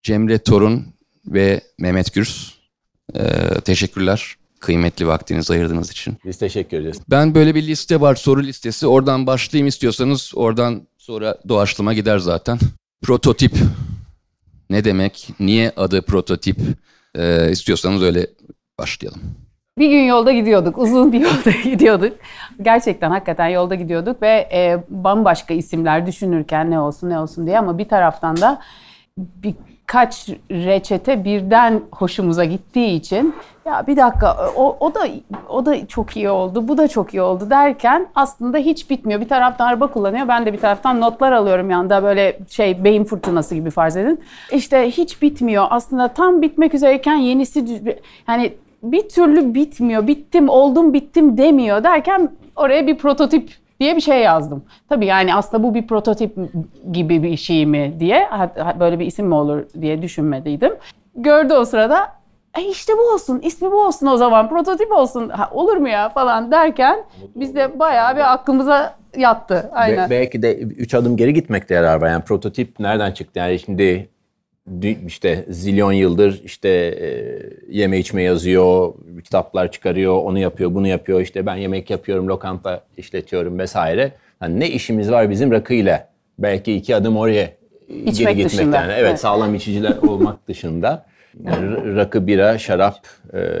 Cemre Torun ve Mehmet Gürs, teşekkürler. Kıymetli vaktinizi ayırdığınız için. Biz teşekkür ederiz. Ben böyle bir liste var, soru listesi. Oradan başlayayım istiyorsanız. Oradan sonra doğaçlama gider zaten. Prototip ne demek? Niye adı prototip? İstiyorsanız öyle başlayalım. Bir gün yolda gidiyorduk, uzun bir yolda gidiyorduk. Gerçekten hakikaten yolda gidiyorduk ve bambaşka isimler düşünürken ne olsun diye, ama bir taraftan da birkaç reçete birden hoşumuza gittiği için ya bir dakika o da çok iyi oldu, bu da çok iyi oldu derken aslında hiç bitmiyor. Bir taraftan araba kullanıyor, ben de bir taraftan notlar alıyorum yanında, böyle beyin fırtınası gibi farz edin. İşte hiç bitmiyor. Aslında tam bitmek üzereyken yenisi, yani bir türlü bitmiyor. Bittim demiyor derken oraya bir prototip diye bir şey yazdım. Tabii yani aslında bu bir prototip gibi bir şey mi diye, böyle bir isim mi olur diye düşünmediydim. Gördü o sırada, işte bu olsun, ismi bu olsun o zaman, prototip olsun, olur mu ya falan derken biz de bayağı bir aklımıza yattı. Aynen. Belki de 3 adım geri gitmekte yarar var. Yani prototip nereden çıktı? Yani şimdi işte zilyon yıldır yeme içme yazıyor, kitaplar çıkarıyor, onu yapıyor, bunu yapıyor. İşte ben yemek yapıyorum, lokanta işletiyorum vesaire. Yani ne işimiz var bizim rakıyla? Belki 2 adım oraya geri gitmek dışında. yani. Evet, sağlam içiciler olmak dışında. Yani rakı, bira, şarap,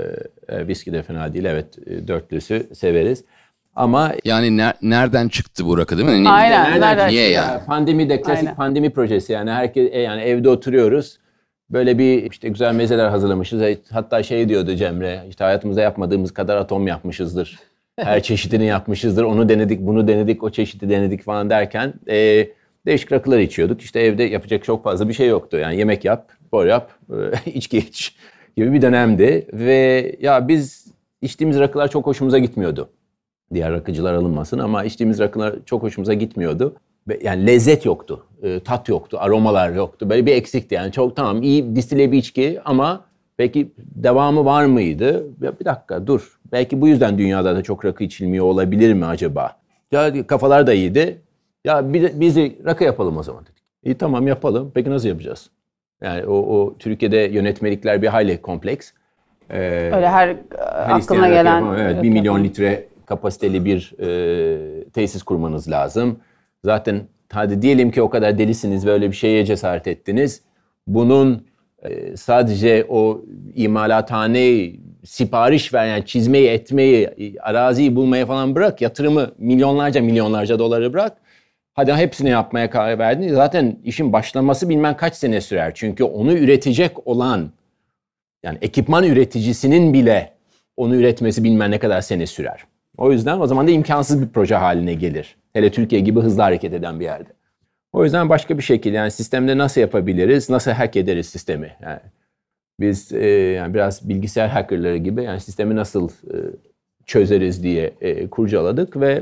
viski de fena değil. Evet, dörtlüsü severiz. Ama yani nereden çıktı bu rakı, değil mi? Aynen. Niye yani? Pandemi de klasik pandemi projesi, yani herkes yani evde oturuyoruz. Böyle bir güzel mezeler hazırlamışız. Hatta diyordu Cemre, hayatımızda yapmadığımız kadar atom yapmışızdır. Her çeşidini yapmışızdır. Onu denedik, bunu denedik, o çeşidi denedik falan derken değişik rakılar içiyorduk. İşte evde yapacak çok fazla bir şey yoktu. Yani yemek yap, spor yap, içki iç gibi bir dönemdi. Ve ya biz içtiğimiz rakılar çok hoşumuza gitmiyordu. Diğer rakıcılar alınmasın ama içtiğimiz rakılar çok hoşumuza gitmiyordu. Yani lezzet yoktu, tat yoktu, aromalar yoktu. Böyle bir eksikti yani. Çok tamam, iyi distile bir içki ama peki devamı var mıydı? Ya bir dakika dur. Belki bu yüzden dünyada da çok rakı içilmiyor olabilir mi acaba? Ya kafalar da iyiydi. Ya biz rakı yapalım o zaman dedik. İyi tamam yapalım. Peki nasıl yapacağız? Yani o Türkiye'de yönetmelikler bir hayli kompleks. Öyle her aklına gelen... Evet, 1 milyon litre kapasiteli bir tesis kurmanız lazım. Zaten hadi diyelim ki o kadar delisiniz, böyle bir şeye cesaret ettiniz. Bunun sadece o imalathane, sipariş ver, yani çizmeyi, etmeyi, araziyi bulmaya falan bırak. Yatırımı milyonlarca doları bırak. Hadi hepsini yapmaya karar verdiniz. Zaten işin başlaması bilmem kaç sene sürer. Çünkü onu üretecek olan, yani ekipman üreticisinin bile onu üretmesi bilmem ne kadar sene sürer. O yüzden o zaman da imkansız bir proje haline gelir. Hele Türkiye gibi hızlı hareket eden bir yerde. O yüzden başka bir şekilde, yani sistemde nasıl yapabiliriz, nasıl hack ederiz sistemi? Yani biz yani biraz bilgisayar hackerları gibi, yani sistemi nasıl çözeriz diye kurcaladık ve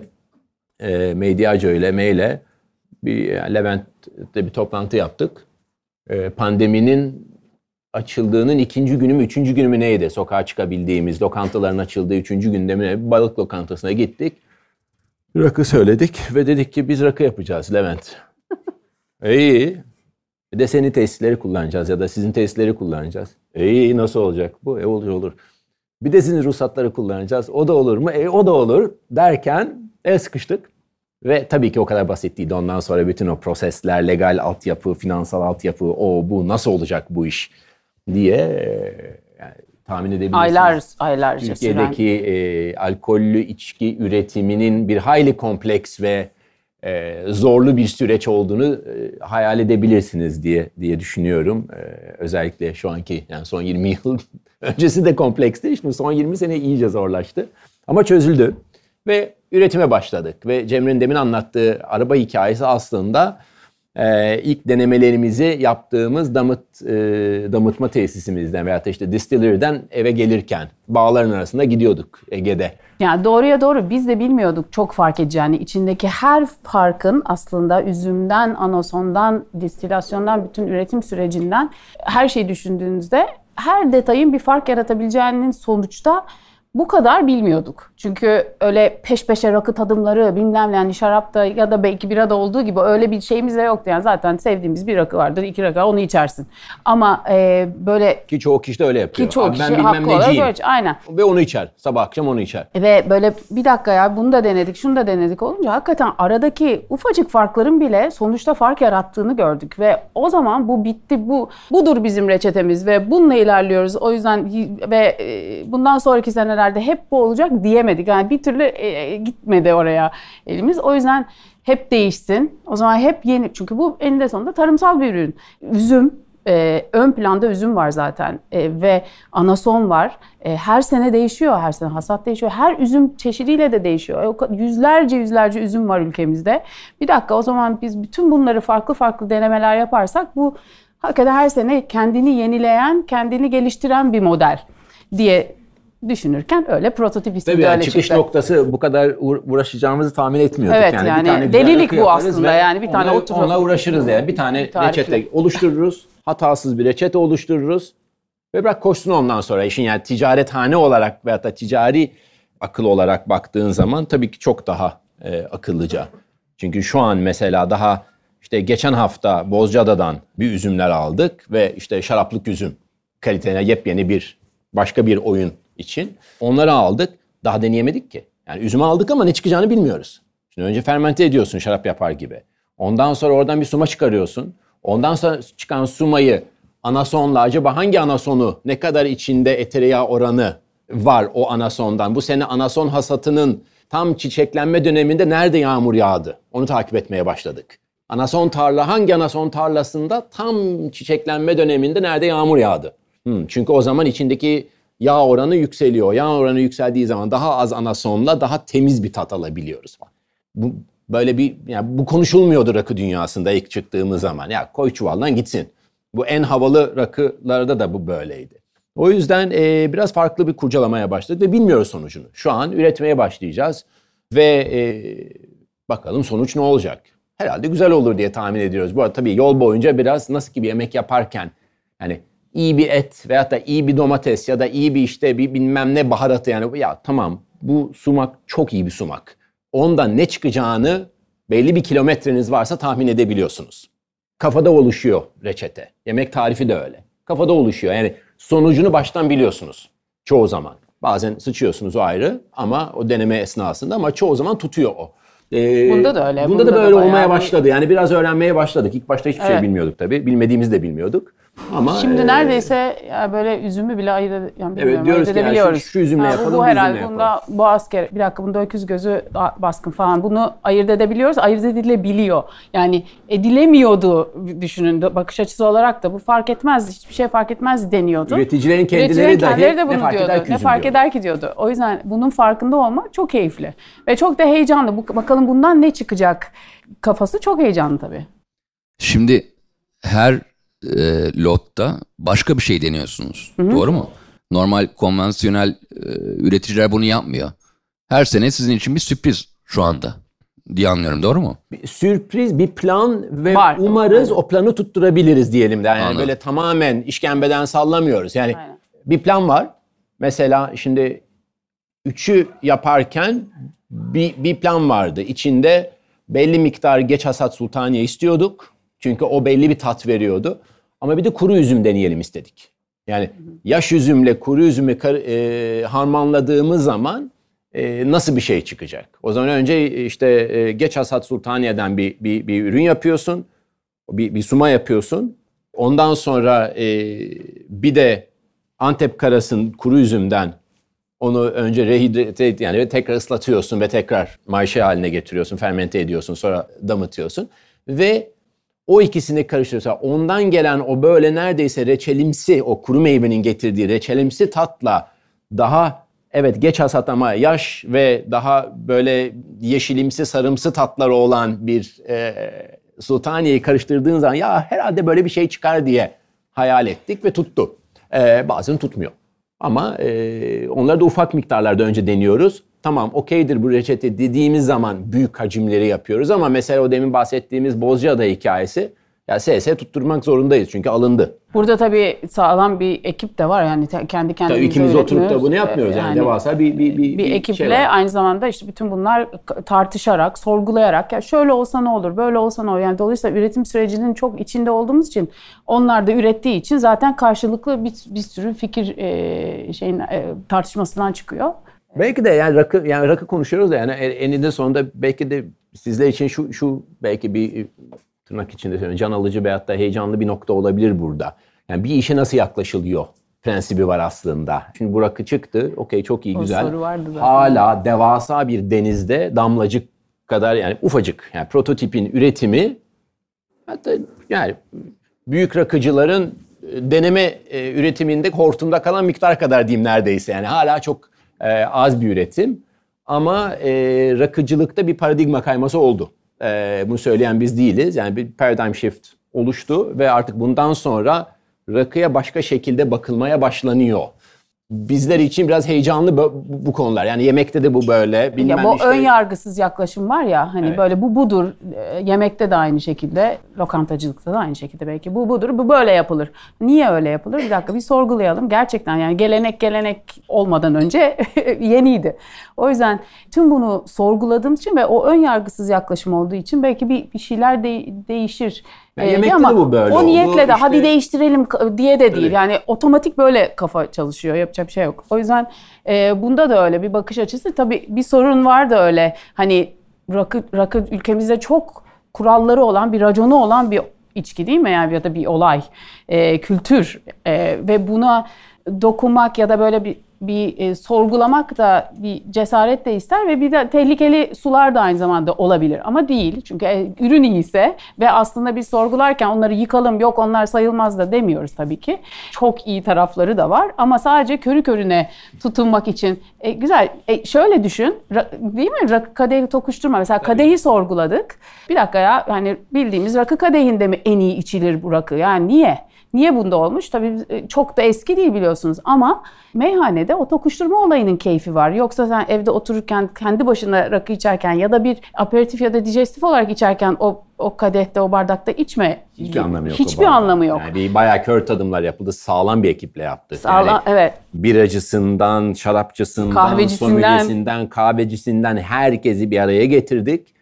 Medyaco ile Meyle Levent'te bir toplantı yaptık. Pandeminin açıldığının 2. günü mü, 3. günü mü neydi? Sokağa çıkabildiğimiz, lokantaların açıldığı 3. günde mi, balık lokantasına gittik. Rakı söyledik ve dedik ki biz rakı yapacağız Levent. İyi. Bir de senin tesisleri kullanacağız ya da sizin tesisleri kullanacağız. İyi, nasıl olacak bu? Olur. Bir de sizin ruhsatları kullanacağız. O da olur mu? O da olur derken sıkıştık. Ve tabii ki o kadar basit değildi. Ondan sonra bütün o prosesler, legal altyapı, finansal altyapı, o bu nasıl olacak bu iş diye yani tahmin edebilirsiniz. Aylarca Türkiye'deki alkollü içki üretiminin bir hayli kompleks ve zorlu bir süreç olduğunu hayal edebilirsiniz diye düşünüyorum. Özellikle şu anki, yani son 20 yıl öncesi de kompleksti. Şimdi son 20 sene iyice zorlaştı. Ama çözüldü ve üretime başladık. Ve Cemre'nin demin anlattığı araba hikayesi aslında ilk denemelerimizi yaptığımız damıtma tesisimizden veyahut da distillery'den eve gelirken bağların arasında gidiyorduk Ege'de. Yani doğruya doğru biz de bilmiyorduk çok fark edeceğini. İçindeki her farkın aslında üzümden, anasondan, distilasyondan, bütün üretim sürecinden her şeyi düşündüğünüzde her detayın bir fark yaratabileceğinin sonuçta bu kadar bilmiyorduk. Çünkü öyle peş peşe rakı tadımları bilmem ne, yani şarapta ya da belki birada olduğu gibi öyle bir şeyimiz de yoktu. Yani zaten sevdiğimiz bir rakı vardır, 2 rakı onu içersin. Ama böyle... Ki çoğu kişi de öyle yapıyor. Ki çoğu Abi kişi ben haklı bilmem olarak neciyim. öyle. Aynen. Ve onu içer. Sabah akşam onu içer. Ve böyle bir dakika ya bunu da denedik, şunu da denedik olunca hakikaten aradaki ufacık farkların bile sonuçta fark yarattığını gördük. Ve o zaman bu bitti, budur bizim reçetemiz ve bununla ilerliyoruz. O yüzden ve bundan sonraki senelerde hep bu olacak diyemedik. Yani bir türlü gitmedi oraya elimiz. O yüzden hep değişsin. O zaman hep yeni, çünkü bu eninde sonunda tarımsal bir ürün. Üzüm, ön planda üzüm var zaten ve anason var. Her sene değişiyor, her sene hasat değişiyor. Her üzüm çeşidiyle de değişiyor. Yüzlerce üzüm var ülkemizde. Bir dakika, o zaman biz bütün bunları farklı denemeler yaparsak bu hakikaten her sene kendini yenileyen, kendini geliştiren bir model diye düşünürken öyle prototip isimli Tabii öyle çıkış çıktı. noktası bu kadar uğraşacağımızı tahmin etmiyorduk. Evet, bir yani tane delilik rakı bu yaparız aslında, ve yani bir tane oturup onunla uğraşırız yani. Bir tane tarifle reçete oluştururuz. Hatasız bir reçete oluştururuz. Ve bırak koşsun ondan sonra. İşin yani ticarethane olarak veyahut da ticari akıl olarak baktığın zaman tabii ki çok daha akıllıca. Çünkü şu an mesela daha işte geçen hafta Bozcaada'dan bir üzümler aldık ve işte şaraplık üzüm kalitene yepyeni başka bir oyun için onları aldık. Daha deneyemedik ki. Yani üzümü aldık ama ne çıkacağını bilmiyoruz. Şimdi önce fermente ediyorsun şarap yapar gibi. Ondan sonra oradan bir suma çıkarıyorsun. Ondan sonra çıkan sumayı anasonla, acaba hangi anasonu, ne kadar içinde tereyağı oranı var o anasondan? Bu sene anason hasatının tam çiçeklenme döneminde nerede yağmur yağdı? Onu takip etmeye başladık. Hangi anason tarlasında tam çiçeklenme döneminde nerede yağmur yağdı? Çünkü o zaman içindeki yağ oranı yükseliyor. Yağ oranı yükseldiği zaman daha az anasonla daha temiz bir tat alabiliyoruz. Bu böyle yani bu konuşulmuyordu rakı dünyasında ilk çıktığımız zaman. Ya koy çuvaldan gitsin. Bu en havalı rakılarda da bu böyleydi. O yüzden biraz farklı bir kurcalamaya başladık ve bilmiyoruz sonucunu. Şu an üretmeye başlayacağız ve bakalım sonuç ne olacak? Herhalde güzel olur diye tahmin ediyoruz. Bu arada tabii yol boyunca biraz nasıl ki bir yemek yaparken yani iyi bir et veyahut da iyi bir domates ya da iyi bir işte bir bilmem ne baharatı, yani ya tamam bu sumak çok iyi bir sumak. Ondan ne çıkacağını belli bir kilometreniz varsa tahmin edebiliyorsunuz. Kafada oluşuyor reçete. Yemek tarifi de öyle. Kafada oluşuyor. Yani sonucunu baştan biliyorsunuz çoğu zaman. Bazen sıçıyorsunuz, o ayrı, ama o deneme esnasında, ama çoğu zaman tutuyor o. Bunda da öyle. Bunda da böyle olmaya başladı. Yani biraz öğrenmeye başladık. İlk başta hiçbir şey bilmiyorduk tabii. Bilmediğimizi de bilmiyorduk. Ama şimdi neredeyse ya böyle üzümü bile evet, diyoruz ki yani şu üzümle yapalım, bu herhalde üzümle bunda yapalım. boğaz bir dakika, bunda öküz gözü baskın falan, bunu ayırt edebiliyoruz. Ayırt edilebiliyor. Yani edilemiyordu düşünün, bakış açısı olarak da bu fark etmez, hiçbir şey fark etmez deniyordu. Üreticilerin kendileri de bunu ne fark diyordu. eder ki Ne fark eder ki diyordu. O yüzden bunun farkında olmak çok keyifli ve çok da heyecanlı. Bakalım bundan ne çıkacak kafası çok heyecanlı tabii. Şimdi her lotta başka bir şey deniyorsunuz. Hı-hı. Doğru mu? Normal konvansiyonel üreticiler bunu yapmıyor. Her sene sizin için bir sürpriz şu anda diye anlıyorum. Doğru mu? Bir sürpriz, bir plan ve var, umarız o planı tutturabiliriz diyelim de. Yani anladım. böyle tamamen işkembeden sallamıyoruz. Yani aynen, bir plan var. Mesela şimdi 3'ü yaparken bir plan vardı. İçinde belli miktar geç hasat sultaniye istiyorduk. Çünkü o belli bir tat veriyordu. Ama bir de kuru üzüm deneyelim istedik. Yani yaş üzümle kuru üzümü harmanladığımız zaman nasıl bir şey çıkacak? O zaman önce işte geç hasat sultaniyeden bir ürün yapıyorsun. Bir suma yapıyorsun. Ondan sonra bir de Antep karasın kuru üzümden onu önce rehidrate, yani tekrar ıslatıyorsun ve tekrar mayşe haline getiriyorsun, fermente ediyorsun, sonra damıtıyorsun ve o ikisini karıştırıyorsun. Ondan gelen o böyle neredeyse reçelimsi, o kuru meyvenin getirdiği reçelimsi tatla daha evet geç hasat ama yaş ve daha böyle yeşilimsi, sarımsı tatları olan bir sultaniyeyi karıştırdığın zaman ya herhalde böyle bir şey çıkar diye hayal ettik ve tuttu. Bazen tutmuyor. Ama onları da ufak miktarlarda önce deniyoruz. Tamam, okeydir bu reçete dediğimiz zaman büyük hacimleri yapıyoruz. Ama mesela o demin bahsettiğimiz Bozcaada hikayesi Ya SS tutturmak zorundayız çünkü alındı. Burada tabii sağlam bir ekip de var yani kendi kendimize Tabii ikimiz oturup da üretmiyoruz. bunu yapmıyoruz yani devasa bir ekiple şey var. aynı zamanda işte bütün bunlar tartışarak, sorgulayarak ya şöyle olsa ne olur, böyle olsa ne olur. Yani dolayısıyla üretim sürecinin çok içinde olduğumuz için onlar da ürettiği için zaten karşılıklı bir sürü fikir tartışmasından çıkıyor. Belki de yani rakı konuşuyoruz da yani eninde sonunda belki de sizler için şu belki bir tırnak içinde söylüyorum can alıcı veyahut da heyecanlı bir nokta olabilir burada. Yani bir işe nasıl yaklaşılıyor prensibi var aslında. Şimdi bu rakı çıktı. Okey çok iyi güzel. Soru vardı zaten. Hala devasa bir denizde damlacık kadar yani ufacık yani prototipin üretimi hatta yani büyük rakıcıların deneme üretiminde hortumda kalan miktar kadar diyeyim neredeyse. Yani hala çok az bir üretim ama rakıcılıkta bir paradigma kayması oldu. Bunu söyleyen biz değiliz. Yani bir paradigm shift oluştu ve artık bundan sonra rakıya başka şekilde bakılmaya başlanıyor. Bizler için biraz heyecanlı bu konular. Yani yemekte de bu böyle. Ya bu ön yargısız yaklaşım var ya hani evet. Böyle bu budur. Yemekte de aynı şekilde, lokantacılıkta da aynı şekilde belki bu budur. Bu böyle yapılır. Niye öyle yapılır? Bir dakika bir sorgulayalım. Gerçekten yani gelenek olmadan önce yeniydi. O yüzden tüm bunu sorguladığım için ve o ön yargısız yaklaşım olduğu için belki bir şeyler değişir. Yani yemekte de bu böyle o niyetle oldu. de hadi değiştirelim diye de değil. Yani otomatik böyle kafa çalışıyor. Yapacak bir şey yok. O yüzden bunda da öyle bir bakış açısı. Tabii bir sorun var da öyle. Hani rakı ülkemizde çok kuralları olan, bir raconu olan bir içki değil mi? Yani ya da bir olay, kültür ve buna dokunmak ya da böyle bir sorgulamak da bir cesaret de ister ve bir de tehlikeli sular da aynı zamanda olabilir ama değil. Çünkü ürün iyiyse ve aslında biz sorgularken onları yıkalım yok onlar sayılmaz da demiyoruz tabii ki. Çok iyi tarafları da var ama sadece körü körüne tutunmak için güzel. Şöyle düşün değil mi? Rakı kadehi tokuşturma. Mesela tabii. Kadehi sorguladık. Bir dakika ya yani bildiğimiz rakı kadehinde mi en iyi içilir bu rakı? Yani niye? Niye bunda olmuş? Tabii çok da eski değil biliyorsunuz ama meyhanede o tokuşturma olayının keyfi var. Yoksa sen evde otururken kendi başına rakı içerken ya da bir aperatif ya da dijestif olarak içerken o kadehte o bardakta içme. Hiçbir anlamı yok. Hiçbir anlamı yok. Yani bayağı kör tadımlar yapıldı. Sağlam bir ekiple yaptı. Sağlam yani evet. Biracısından, şarapçısından, sommeliesinden, kahvecisinden herkesi bir araya getirdik.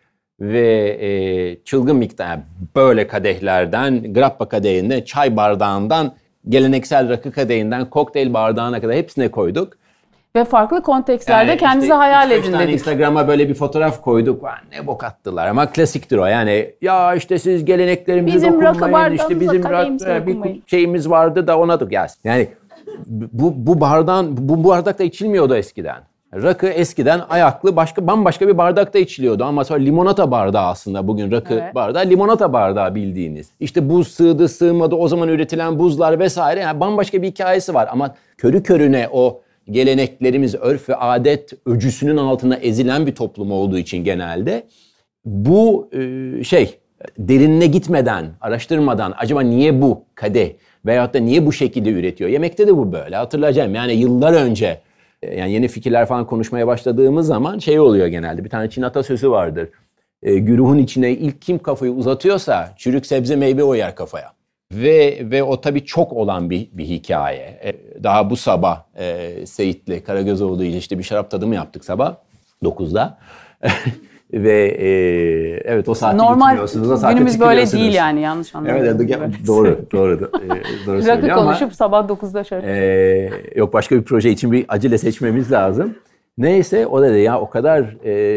Ve çılgın miktar böyle kadehlerden, grappa kadehinde, çay bardağından, geleneksel rakı kadehinden, kokteyl bardağına kadar hepsine koyduk. Ve farklı kontekstlerde yani kendinizi işte hayal edin dedik. Instagram'a böyle bir fotoğraf koyduk. Ne bok attılar ama klasiktir o. Yani ya işte siz geleneklerimizi bizim dokunmayın. İşte bizim bir şeyimiz vardı da ona da gelsin. Yani bu bardakta içilmiyordu eskiden. Rakı eskiden ayaklı bambaşka bir bardakta içiliyordu ama sonra limonata bardağı aslında bugün rakı evet. Bardağı limonata bardağı bildiğiniz. İşte buz sığdı sığmadı o zaman üretilen buzlar vesaire yani bambaşka bir hikayesi var ama körü körüne o geleneklerimiz örf ve adet öcüsünün altına ezilen bir toplum olduğu için genelde bu derinine gitmeden araştırmadan acaba niye bu kadeh veyahut da niye bu şekilde üretiyor? Yemekte de bu böyle hatırlayacağım yani yıllar önce. Yani yeni fikirler falan konuşmaya başladığımız zaman oluyor genelde. Bir tane Çin atasözü vardır. Güruhun içine ilk kim kafayı uzatıyorsa çürük sebze meyve o yer kafaya. Ve o tabii çok olan bir hikaye. Daha bu sabah Seyit'le Karagözoğlu ile işte bir şarap tadımı yaptık sabah 9'da. Ve evet o saati bitiriyorsunuz. O saati günümüz böyle değil yani yanlış anlamadım. Evet doğru Rakı konuşup sabah 9'da şöyle. Yok başka bir proje için bir acele seçmemiz lazım. Neyse o dedi ya o kadar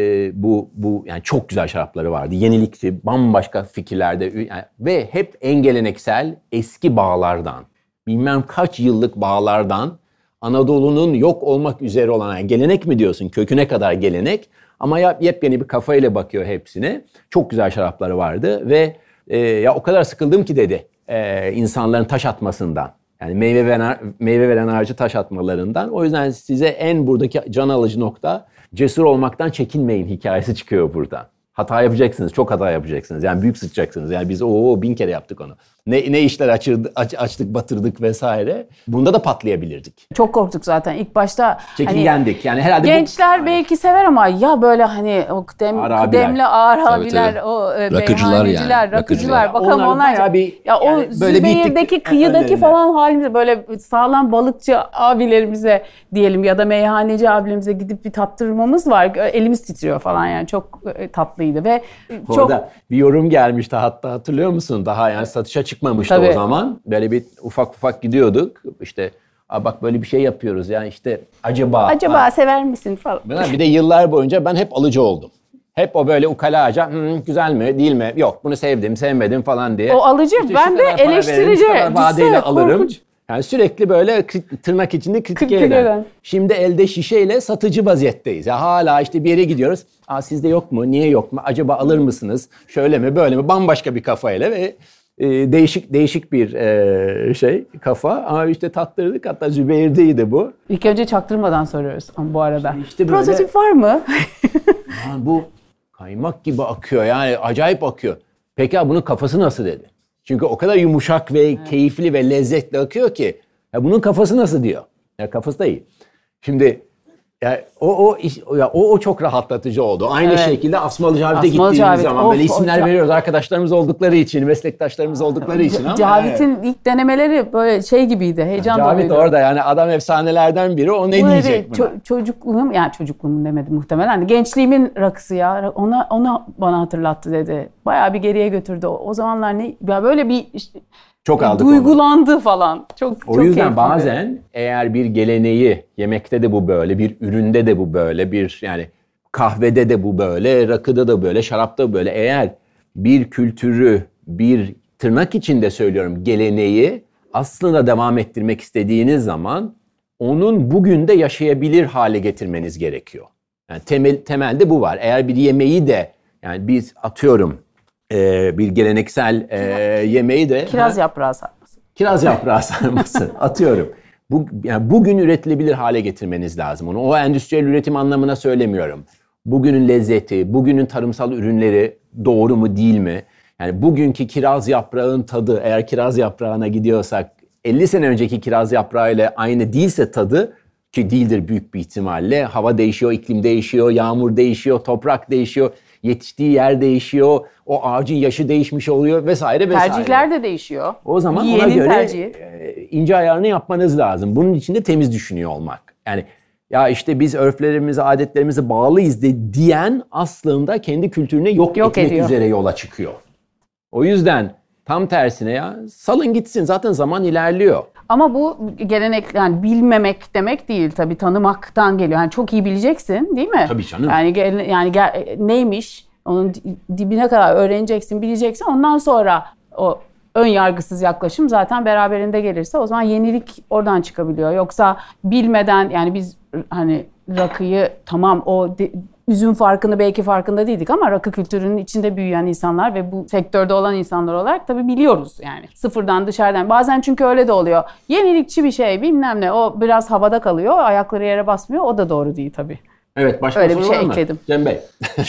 bu yani çok güzel şarapları vardı. Yenilikçi, bambaşka fikirlerde yani, ve hep en geleneksel eski bağlardan. Bilmem kaç yıllık bağlardan Anadolu'nun yok olmak üzere olan yani gelenek mi diyorsun? Köküne kadar gelenek. Ama yepyeni bir kafayla bakıyor hepsine. Çok güzel şarapları vardı ve ya o kadar sıkıldım ki dedi insanların taş atmasından. Yani meyve veren ağacı taş atmalarından. O yüzden size en buradaki can alıcı nokta cesur olmaktan çekinmeyin hikayesi çıkıyor buradan. Hata yapacaksınız, çok hata yapacaksınız. Yani büyük sıçacaksınız. Yani biz 1000 kere yaptık onu. ne işler açtık, batırdık vesaire. Bunda da patlayabilirdik. Çok korktuk zaten ilk başta. Çekingendik. Yani herhalde gençler belki sever ama ya böyle hani o kıdemli ağır abiler, tabii. o Rakıcılar meyhaneciler, yani. rakıcılar. Bakalım onlar ya o yani böyle Zübeyir'deki kıyıdaki falan halimize böyle sağlam balıkçı abilerimize diyelim ya da meyhaneci abilerimize gidip bir tattırmamız var. Elimiz titriyor falan yani çok tatlıydı ve çok... Orada bir yorum gelmişti hatta hatırlıyor musun? Daha yani satışa çıkmamıştı Tabii. O zaman. Böyle bir ufak gidiyorduk. İşte bak böyle bir şey yapıyoruz. Yani işte acaba sever misin falan. Bir de yıllar boyunca ben hep alıcı oldum. Hep o böyle ukalaca güzel mi değil mi? Yok bunu sevdim sevmedim falan diye. O alıcı İşte ben de eleştirici. Şu kadar vadeyle alırım. Korkunç. Yani sürekli böyle tırnak içinde kritik eden. Şimdi elde şişeyle satıcı vaziyetteyiz. Ya hala işte bir yere gidiyoruz. Sizde yok mu? Niye yok mu? Acaba alır mısınız? Şöyle mi böyle mi? Bambaşka bir kafayla ve değişik bir kafa. Ama işte tattırdık. Hatta Zübeyir'deydi bu. İlk önce çaktırmadan soruyoruz bu arada. İşte böyle, prototip var mı? bu kaymak gibi akıyor yani acayip akıyor. Peki bunun kafası nasıl dedi? Çünkü o kadar yumuşak ve keyifli ve lezzetli akıyor ki. Ya bunun kafası nasıl diyor? Ya kafası da iyi. Şimdi ya o çok rahatlatıcı oldu. Aynı şekilde Asmalı Cavit'e gittiğimiz zaman böyle isimler veriyoruz arkadaşlarımız oldukları için, meslektaşlarımız oldukları için ama. Cavit'in ilk denemeleri böyle şey gibiydi, heyecan doluydu. Cavit orada yani adam efsanelerden biri. O ne diyecek buna? Çocukluğum demedi muhtemelen de. Gençliğimin rakısı ya. Ona bana hatırlattı dedi. Bayağı bir geriye götürdü. O zamanlar ya böyle bir işte, çok aldık duygulandı onu. Falan. O yüzden bazen eğer bir geleneği, yemekte de bu böyle, bir üründe de bu böyle, bir yani kahvede de bu böyle, rakıda da böyle, şarapta da böyle. Eğer bir kültürü, bir tırnak içinde söylüyorum geleneği aslında devam ettirmek istediğiniz zaman onun bugün de yaşayabilir hale getirmeniz gerekiyor. Yani temelde bu var. Eğer bir yemeği de yani biz atıyorum bir geleneksel yemeği de kiraz yaprağı sarması. Kiraz yaprağı sarması atıyorum. Yani bugün üretilebilir hale getirmeniz lazım onu. O endüstriyel üretim anlamına söylemiyorum. Bugünün lezzeti, bugünün tarımsal ürünleri doğru mu değil mi? Yani bugünkü kiraz yaprağın tadı, eğer kiraz yaprağına gidiyorsak 50 sene önceki kiraz yaprağı ile aynı değilse tadı, ki değildir büyük bir ihtimalle. Hava değişiyor, iklim değişiyor, yağmur değişiyor, toprak değişiyor, yetiştiği yer değişiyor, o ağacın yaşı değişmiş oluyor vesaire vesaire. Tercihler de değişiyor. O zaman ona göre ince ayarını yapmanız lazım. Bunun için de temiz düşünüyor olmak. Yani ya işte biz örflerimize, adetlerimize bağlıyız diyen aslında kendi kültürünü yok etmek üzere yola çıkıyor. O yüzden tam tersine ya salın gitsin, zaten zaman ilerliyor. Ama bu gelenek yani bilmemek demek değil tabii, tanımaktan geliyor. Yani çok iyi bileceksin değil mi? Tabii canım. Yani neymiş onun dibine kadar öğreneceksin, bileceksin. Ondan sonra o ön yargısız yaklaşım zaten beraberinde gelirse o zaman yenilik oradan çıkabiliyor. Yoksa bilmeden yani biz hani rakıyı tamam üzüm belki farkında değildik ama rakı kültürünün içinde büyüyen insanlar ve bu sektörde olan insanlar olarak tabii biliyoruz yani. Sıfırdan dışarıdan. Bazen çünkü öyle de oluyor. Yenilikçi bir şey bilmem ne, o biraz havada kalıyor, ayakları yere basmıyor. O da doğru değil tabii. Evet, başka öyle soru bir şey var mı? ekledim. Cem Bey.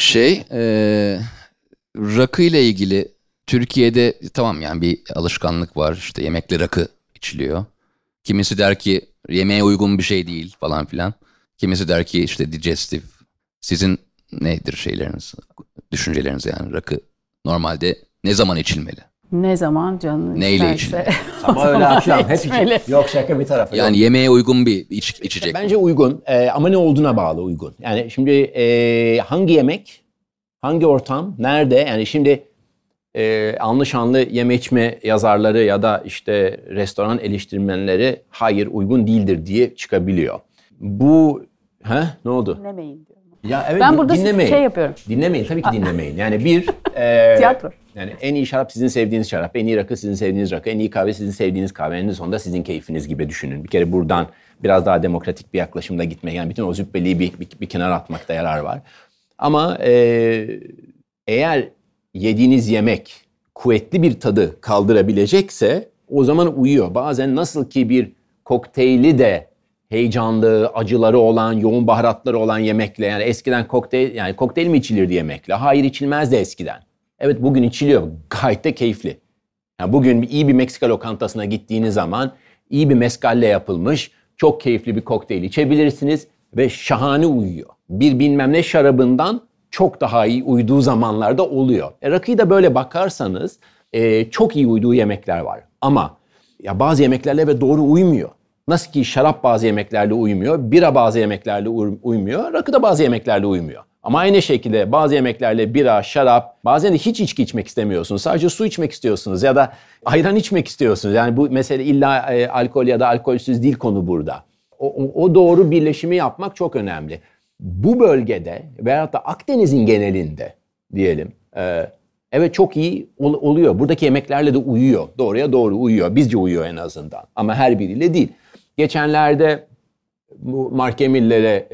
Rakı ile ilgili Türkiye'de tamam yani bir alışkanlık var. İşte yemekle rakı içiliyor. Kimisi der ki yemeğe uygun bir şey değil falan filan. Kimisi der ki işte digestif. Sizin nedir şeyleriniz, düşünceleriniz yani rakı normalde ne zaman içilmeli? Ne zaman canın neyle isterse. içilmeli? Sabah öyle akşam hep içmeli. Yok şaka bir tarafa. Yani yok. yemeğe uygun bir içecek. Bence uygun ama ne olduğuna bağlı uygun. Yani şimdi hangi yemek, hangi ortam, nerede? Yani şimdi anlı şanlı yeme içme yazarları ya da işte restoran eleştirmenleri hayır uygun değildir diye çıkabiliyor. Bu ne oldu? Dinlemeyin diyorum. Ya evet, Ben burada dinlemeyin. şey yapıyorum. Dinlemeyin, tabii ki dinlemeyin. Yani bir Tiyatro. Yani en iyi şarap sizin sevdiğiniz şarap, en iyi rakı sizin sevdiğiniz rakı, en iyi kahve sizin sevdiğiniz kahve, en sonunda sizin keyfiniz gibi düşünün. Bir kere buradan biraz daha demokratik bir yaklaşımda gitmek, yani bütün o züppeliği bir kenara atmakta yarar var. Ama eğer yediğiniz yemek kuvvetli bir tadı kaldırabilecekse o zaman uyuyor. Bazen nasıl ki bir kokteyli de heyecanlı, acıları olan, yoğun baharatları olan yemekle, yani eskiden kokteyl mi içilirdi yemekle? Hayır, içilmezdi eskiden. Evet, bugün içiliyor. Gayet de keyifli. Yani bugün iyi bir Meksika lokantasına gittiğiniz zaman iyi bir mezcalle yapılmış çok keyifli bir kokteyl içebilirsiniz ve şahane uyuyor. Bir bilmem ne şarabından çok daha iyi uyduğu zamanlarda oluyor. Rakıyı da böyle bakarsanız çok iyi uyduğu yemekler var. Ama ya bazı yemeklerle ve doğru uymuyor. Nasıl ki şarap bazı yemeklerle uymuyor, bira bazı yemeklerle uymuyor, rakı da bazı yemeklerle uymuyor. Ama aynı şekilde bazı yemeklerle bira, şarap, bazen de hiç içki içmek istemiyorsunuz. Sadece su içmek istiyorsunuz ya da ayran içmek istiyorsunuz. Yani bu mesele illa alkol ya da alkolsüz değil konu burada. O doğru birleşimi yapmak çok önemli. Bu bölgede veyahut da Akdeniz'in genelinde diyelim, evet çok iyi oluyor. Buradaki yemeklerle de uyuyor. Doğruya doğru uyuyor. Bizce uyuyor en azından. Ama her biriyle değil. Geçenlerde bu Mark Emil'lere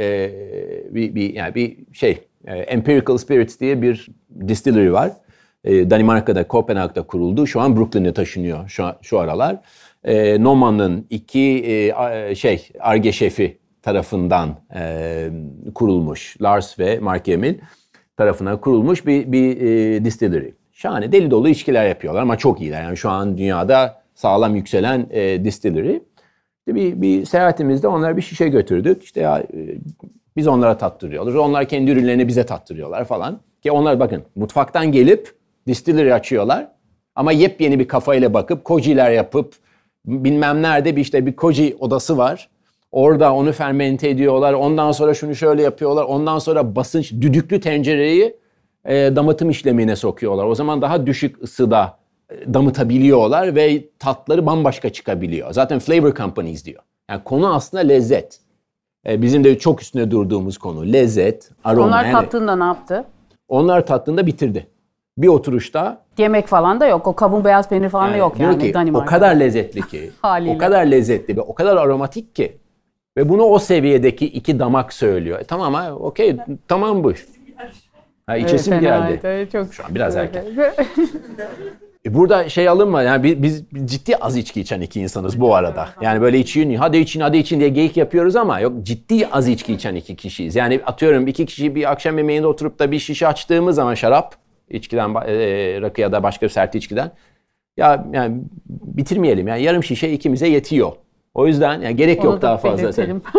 Empirical Spirits diye bir distillery var. Danimarka'da, Kopenhag'da kuruldu. Şu an Brooklyn'e taşınıyor şu aralar. Noma'nın iki Ar-Ge şefi tarafından kurulmuş. Lars ve Mark Emil tarafından kurulmuş bir distillery. Şahane deli dolu içkiler yapıyorlar ama çok iyiler. Yani şu an dünyada sağlam yükselen distillery. Bir seyahatimizde onlara bir şişe götürdük. İşte biz onlara tattırıyoruz. Onlar kendi ürünlerini bize tattırıyorlar falan. Ki onlar bakın mutfaktan gelip distillery açıyorlar. Ama yepyeni bir kafayla bakıp kojiler yapıp bilmem nerede bir koji odası var. Orada onu fermente ediyorlar. Ondan sonra şunu şöyle yapıyorlar. Ondan sonra basınç düdüklü tencereyi damıtım işlemine sokuyorlar. O zaman daha düşük ısıda damıtabiliyorlar ve tatları bambaşka çıkabiliyor. Zaten flavor companies diyor. Yani konu aslında lezzet. Bizim de çok üstüne durduğumuz konu. Lezzet, aroma. Onlar tattığında ne yaptı? Onlar tattığında bitirdi. Bir oturuşta. Yemek falan da yok. O kavun beyaz peynir falan da yok yani ki, Danimarka'da. o kadar lezzetli ki. O kadar lezzetli ve o kadar aromatik ki. Ve bunu o seviyedeki iki damak söylüyor. Tamam ha, okey, tamam bu. İçesim geldi. Evet, çok şu an biraz erken. Burada alınma yani biz ciddi az içki içen iki insanız bu arada. Yani böyle içiyor, hadi için diye geyik yapıyoruz ama yok ciddi az içki içen iki kişiyiz. Yani atıyorum iki kişi bir akşam yemeğinde oturup da bir şişe açtığımız zaman şarap, içkiden, rakı ya da başka bir sert içkiden yani bitirmeyelim yani yarım şişe ikimize yetiyor. O yüzden yani gerek yok daha fazla.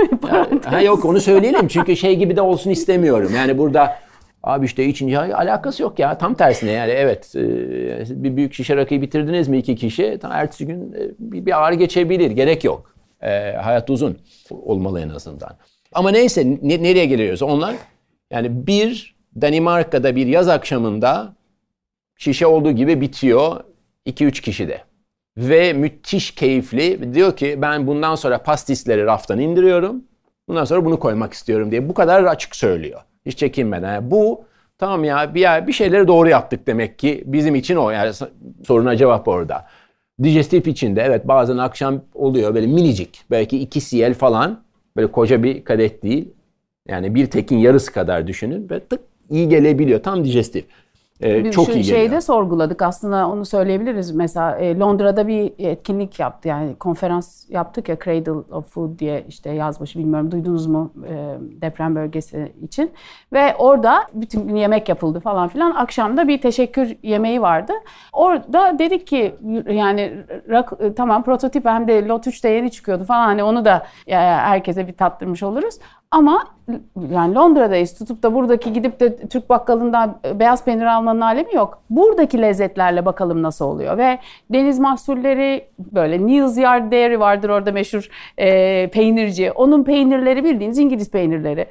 Yok onu söyleyelim çünkü gibi de olsun istemiyorum. Yani burada abi işte içince alakası yok ya. Tam tersine yani evet bir büyük şişe rakıyı bitirdiniz mi iki kişi? Ertesi gün bir ağrı geçebilir. Gerek yok. Hayat uzun olmalı en azından. Ama neyse nereye geliyoruz? Onlar yani bir Danimarka'da bir yaz akşamında şişe olduğu gibi bitiyor 2-3 kişide. Ve müthiş keyifli. Diyor ki ben bundan sonra pastisleri raftan indiriyorum. Bundan sonra bunu koymak istiyorum diye. Bu kadar açık söylüyor. Hiç çekinmeden. Yani bu tamam ya bir şeyleri doğru yaptık demek ki. Bizim için o yani soruna cevap orada. Digestif için de evet bazen akşam oluyor böyle minicik. Belki 2 cl falan. Böyle koca bir kadeh değil. Yani bir tekin yarısı kadar düşünün. Ve tık iyi gelebiliyor. Tam digestif. Biz çok iyi geliyor. Şeyde sorguladık aslında onu söyleyebiliriz. Mesela Londra'da bir etkinlik yaptı yani konferans yaptık ya Cradle of Food diye işte yazbaşı bilmiyorum duydunuz mu deprem bölgesi için. Ve orada bütün gün yemek yapıldı falan filan. Akşamda bir teşekkür yemeği vardı. Orada dedik ki yani tamam prototip hem de Lot 3'te yeni çıkıyordu falan hani onu da herkese bir tattırmış oluruz. Ama yani Londra'dayız tutup da buradaki gidip de Türk bakkalından beyaz peynir almanın alemi yok. Buradaki lezzetlerle bakalım nasıl oluyor. Ve deniz mahsulleri böyle Neal's Yard Dairy vardır orada meşhur peynirci. Onun peynirleri bildiğiniz İngiliz peynirleri.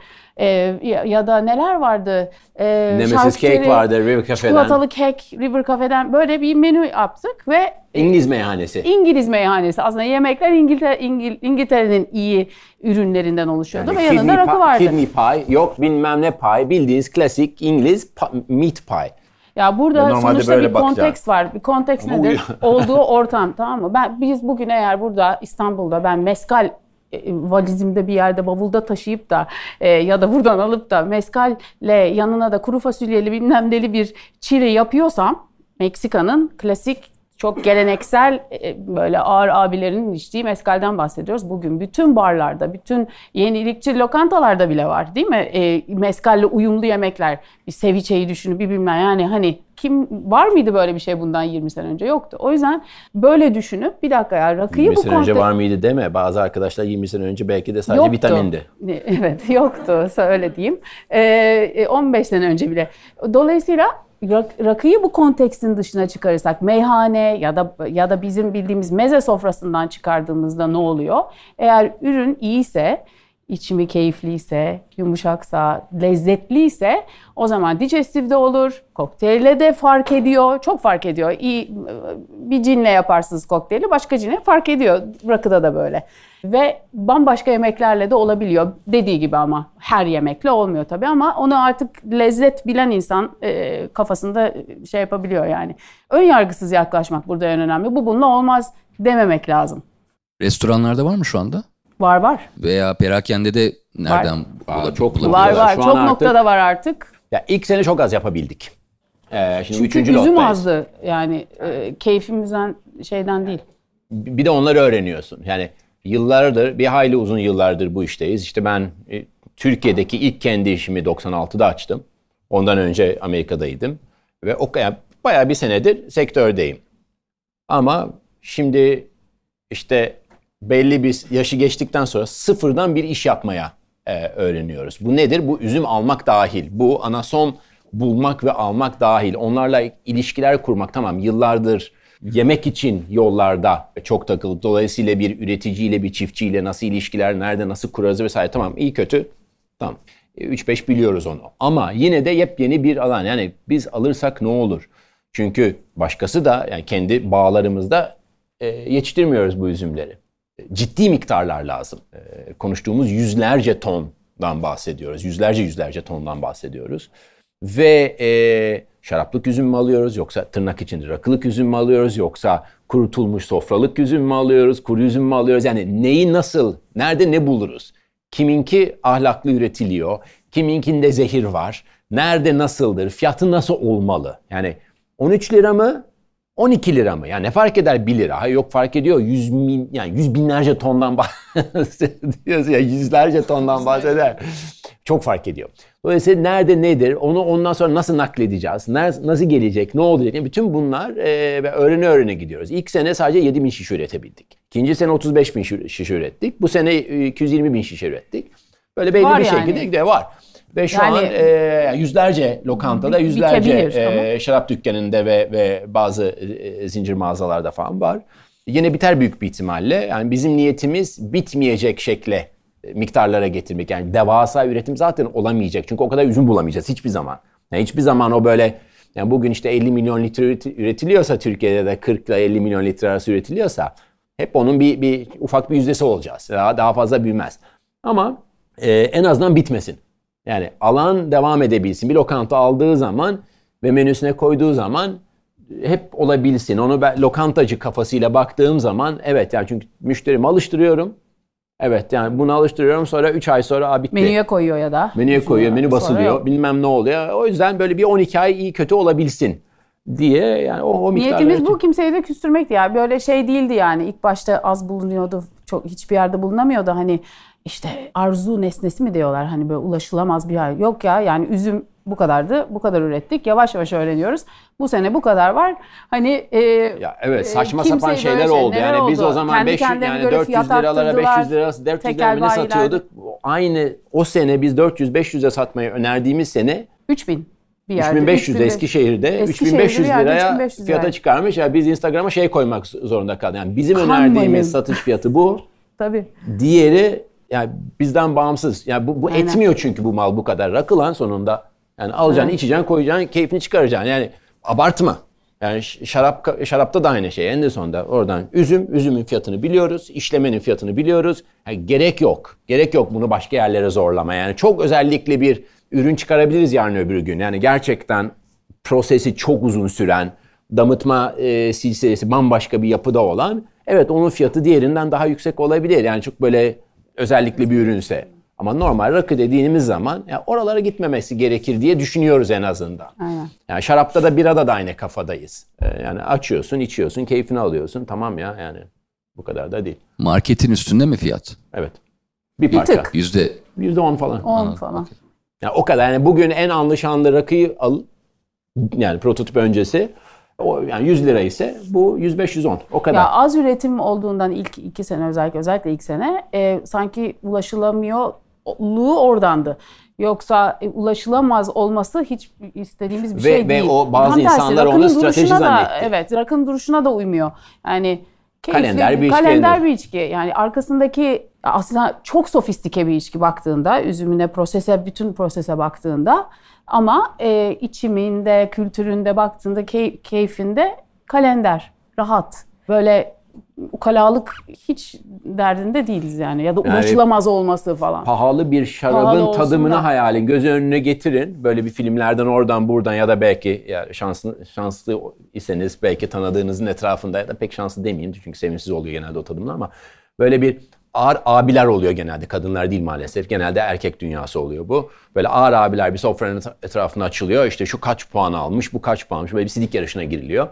Ya da neler vardı? Nemesis Cake vardı River Cafe'den. Çikolatalı kek River Cafe'den böyle bir menü yaptık ve İngiliz meyhanesi. İngiliz meyhanesi. Aslında yemekler İngiltere'nin iyi ürünlerinden oluşuyordu yani ve yanında rakı vardı. Kidney pie, yok bilmem ne pie, bildiğiniz klasik İngiliz meat pie. Ya burada sonuçta bir konteks var. Bir konteks nedir? Olduğu ortam, tamam mı? Biz bugün eğer burada İstanbul'da ben mezcal valizimde bir yerde bavulda taşıyıp da ya da buradan alıp da mezcalle yanına da kuru fasulyeli bilmem neli bir chili yapıyorsam Meksika'nın klasik çok geleneksel böyle ağır abilerinin içtiği mezcalden bahsediyoruz. Bugün bütün barlarda, bütün yenilikçi lokantalarda bile var değil mi? Mezcalle uyumlu yemekler. Bir ceviche'yi düşünün, bir bilmem yani hani var mıydı böyle bir şey bundan 20 sene önce? Yoktu. O yüzden böyle düşünüp bir dakika ya rakıyı 20 bu sene önce var mıydı deme. Bazı arkadaşlar 20 sene önce belki de sadece yoktu. vitamindi. Evet yoktu öyle diyeyim. 15 sene önce bile. Dolayısıyla rakıyı bu kontekstin dışına çıkarırsak meyhane ya da bizim bildiğimiz meze sofrasından çıkardığımızda ne oluyor? Eğer ürün iyiyse, içimi keyifliyse, yumuşaksa, lezzetliyse o zaman digestifde olur. Kokteyle de fark ediyor. Çok fark ediyor. İyi bir cinle yaparsınız kokteyli, başka cinle fark ediyor. Rakıda da böyle. Ve bambaşka yemeklerle de olabiliyor. Dediği gibi ama her yemekle olmuyor tabii ama onu artık lezzet bilen insan kafasında şey yapabiliyor yani. Ön yargısız yaklaşmak burada en önemli. Bu bununla olmaz dememek lazım. Restoranlarda var mı şu anda? Var. Veya perakendede nereden bulabiliyorlar? Var. Şu Çok an noktada var artık. Ya ilk sene çok az yapabildik. Şimdi Çünkü 3. üzüm lottayız. azdı yani keyfimizden şeyden değil. Bir de onları öğreniyorsun. Yani yıllardır, bir hayli uzun yıllardır bu işteyiz. İşte ben Türkiye'deki ilk kendi işimi 96'da açtım. Ondan önce Amerika'daydım. Ve yani bayağı bir senedir sektördeyim. Ama şimdi işte belli bir yaşı geçtikten sonra sıfırdan bir iş yapmaya öğreniyoruz. Bu nedir? Bu üzüm almak dahil. Bu anason bulmak ve almak dahil. Onlarla ilişkiler kurmak, tamam, yıllardır yemek için yollarda çok takılıp dolayısıyla bir üreticiyle bir çiftçiyle nasıl ilişkiler, nerede nasıl kurarız vesaire, tamam, iyi kötü tamam 3-5 biliyoruz onu. Ama yine de yepyeni bir alan. Yani biz alırsak ne olur? Çünkü başkası da yani kendi bağlarımızda yetiştirmiyoruz bu üzümleri. Ciddi miktarlar lazım. Konuştuğumuz yüzlerce tondan bahsediyoruz. Yüzlerce tondan bahsediyoruz. Ve şaraplık üzüm mü alıyoruz yoksa tırnak içinde rakılık üzüm mü alıyoruz yoksa kurutulmuş sofralık üzüm mü alıyoruz, kuru üzüm mü alıyoruz? Yani neyi nasıl, nerede ne buluruz? Kiminki ahlaklı üretiliyor, kiminkinde zehir var, nerede nasıldır, fiyatı nasıl olmalı? Yani 13 lira mı, 12 lira mı? Yani ne fark eder 1 lira? Hayır, yok fark ediyor. Yani yüz binlerce tondan bahsediyoruz ya, yüzlerce tondan bahseder. Çok fark ediyor. Dolayısıyla nerede nedir? Onu ondan sonra nasıl nakledeceğiz? Nasıl gelecek? Ne olacak? Yani bütün bunlar öğrene gidiyoruz. İlk sene sadece 7 bin şişe üretebildik. İkinci sene 35 bin şişe ürettik. Bu sene 220 bin şişe ürettik. Böyle belli var bir yani. şekilde gidiyor. Var. Ve şu Yani, an yüzlerce lokantada, yüzlerce şarap dükkanında ve bazı zincir mağazalarda falan var. Yine biter büyük bir ihtimalle. Yani bizim niyetimiz bitmeyecek şekle miktarlara getirmek. Yani devasa üretim zaten olamayacak. Çünkü o kadar üzüm bulamayacağız hiçbir zaman. Yani hiçbir zaman o böyle, yani bugün işte 50 milyon litre üretiliyorsa Türkiye'de de 40 ile 50 milyon litre arası üretiliyorsa hep onun bir ufak bir yüzdesi olacağız. Daha fazla büyümez. Ama en azından bitmesin. Yani alan devam edebilsin. Bir lokanta aldığı zaman ve menüsüne koyduğu zaman hep olabilsin. Onu ben lokantacı kafasıyla baktığım zaman evet, yani çünkü müşterimi alıştırıyorum. Evet, yani bunu alıştırıyorum, sonra 3 ay sonra bitti. Menüye koyuyor ya da. Menüye koyuyor, menü basılıyor, bilmem ne oluyor. O yüzden böyle bir 12 ay iyi kötü olabilsin diye, yani o miktarları... Niyetimiz bu, kimseyi de küstürmekti ya. Böyle şey değildi yani. İlk başta az bulunuyordu. Çok hiçbir yerde bulunamıyordu. Hani işte arzu nesnesi mi diyorlar, hani böyle ulaşılamaz bir yer. Yok ya, yani üzüm bu kadardı, bu kadar ürettik. Yavaş yavaş öğreniyoruz. Bu sene bu kadar var. Hani ya evet, saçma sapan şeyler oldu. Yani oldu. Biz o zaman kendi 500 yani 400 liralara 500 lirası 400 liraya satıyorduk. Aynı o sene biz 400-500'e satmayı önerdiğimiz sene 3000 bir yerde. 3500 Eskişehir'de 3500 liraya 3500 fiyata çıkarmış. Ya biz Instagram'a şey koymak zorunda kaldık. Yani bizim önerdiğimiz satış fiyatı bu. Tabii. Diğeri yani bizden bağımsız. Yani bu etmiyor çünkü bu mal bu kadar. Rakı lan sonunda. Yani alacaksın, içeceksin, koyacaksın, keyfini çıkaracaksın. Yani abartma. Yani şarapta da aynı şey. En de sonunda oradan üzümün fiyatını biliyoruz, işlemenin fiyatını biliyoruz. Yani gerek yok. Gerek yok bunu başka yerlere zorlama. Yani çok özellikle bir ürün çıkarabiliriz yarın öbür gün. Yani gerçekten prosesi çok uzun süren, damıtma silsilesi bambaşka bir yapıda olan, evet onun fiyatı diğerinden daha yüksek olabilir. Yani çok böyle özellikle bir ürünse. Ama normal rakı dediğimiz zaman yani oralara gitmemesi gerekir diye düşünüyoruz en azından. Aynen. Yani şarapta da birada da aynı kafadayız. Yani açıyorsun, içiyorsun, keyfini alıyorsun. Tamam ya, yani bu kadar da değil. Marketin üstünde mi fiyat? Evet. Bir parça. tık. %10 falan. 10 falan. Yani o kadar. Yani bugün en anlı şanlı rakıyı al. Yani prototip öncesi. O, yani 100 lira ise bu 105-110 o kadar. Ya az üretim olduğundan ilk 2 sene özellikle ilk sene sanki ulaşılamıyorluğu oradandı. Yoksa ulaşılamaz olması hiç istediğimiz bir şey değil. Ve o bazı Tam tersi, insanlar rakının onu strateji duruşuna zannetti. Evet, rakının duruşuna da uymuyor. Yani keyifli, kalender bir içki. Yani arkasındaki aslında çok sofistike bir içki baktığında, üzümüne, bütün prosese baktığında, ama içiminde, kültüründe baktığında, keyfinde kalender, rahat. Böyle ukalalık hiç derdinde değiliz yani, ya da ulaşılamaz olması falan. Pahalı bir şarabın tadımını hayalin, göz önüne getirin. Böyle bir filmlerden oradan buradan ya da belki ya şanslı iseniz belki tanıdığınızın etrafında, ya da pek şanslı demeyeyim çünkü sevimsiz oluyor genelde o tadımlar, ama böyle bir ağır abiler oluyor genelde. Kadınlar değil maalesef. Genelde erkek dünyası oluyor bu. Böyle ağır abiler bir sofranın etrafına açılıyor. İşte şu kaç puan almış, bu kaç puan almış. Böyle bir sidik yarışına giriliyor.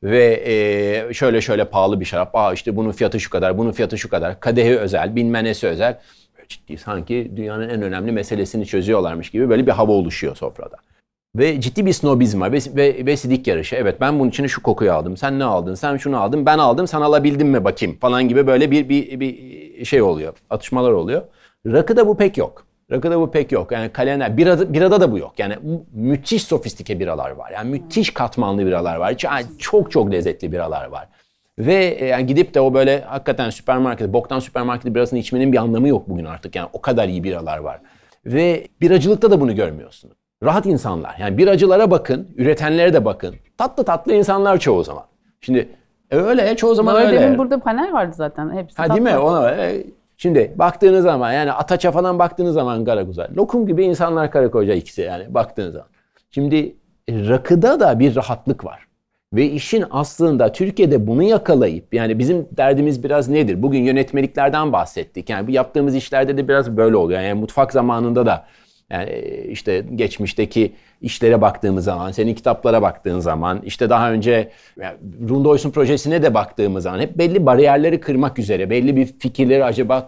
Ve şöyle pahalı bir şarap. İşte bunun fiyatı şu kadar, bunun fiyatı şu kadar. Kadehi özel, bilmem nesi özel. Ciddi, sanki dünyanın en önemli meselesini çözüyorlarmış gibi böyle bir hava oluşuyor sofrada. Ve ciddi bir snobizm var ve sidik yarışı. Evet, ben bunun için şu kokuyu aldım. Sen ne aldın? Sen şunu aldın. Ben aldım. Sen alabildin mi bakayım falan gibi böyle bir şey oluyor. Atışmalar oluyor. Rakıda bu pek yok. Yani kalender, birada da bu yok. Yani müthiş sofistike biralar var. Yani müthiş katmanlı biralar var. Yani çok lezzetli biralar var. Ve yani gidip de o böyle hakikaten boktan süpermarket birasını içmenin bir anlamı yok bugün artık. Yani o kadar iyi biralar var. Ve biracılıkta da bunu görmüyorsunuz. Rahat insanlar. Yani biracılara bakın, üretenlere de bakın. Tatlı insanlar çoğu zaman. Şimdi öyle, çoğu zaman öyle. Demin burada panel vardı zaten. Hepsi tatlı. Değil mi? Şimdi baktığınız zaman, yani Ataç'a falan baktığınız zaman Karagöz'e, lokum gibi insanlar karı koca ikisi, yani baktığınız zaman. Şimdi rakıda da bir rahatlık var. Ve işin aslında Türkiye'de bunu yakalayıp, yani bizim derdimiz biraz nedir? Bugün yönetmeliklerden bahsettik. Yani bu yaptığımız işlerde de biraz böyle oluyor. Yani mutfak zamanında da, yani işte geçmişteki işlere baktığımız zaman, senin kitaplara baktığın zaman, işte daha önce yani Rundoys'un projesine de baktığımız zaman hep belli bariyerleri kırmak üzere, belli bir fikirleri acaba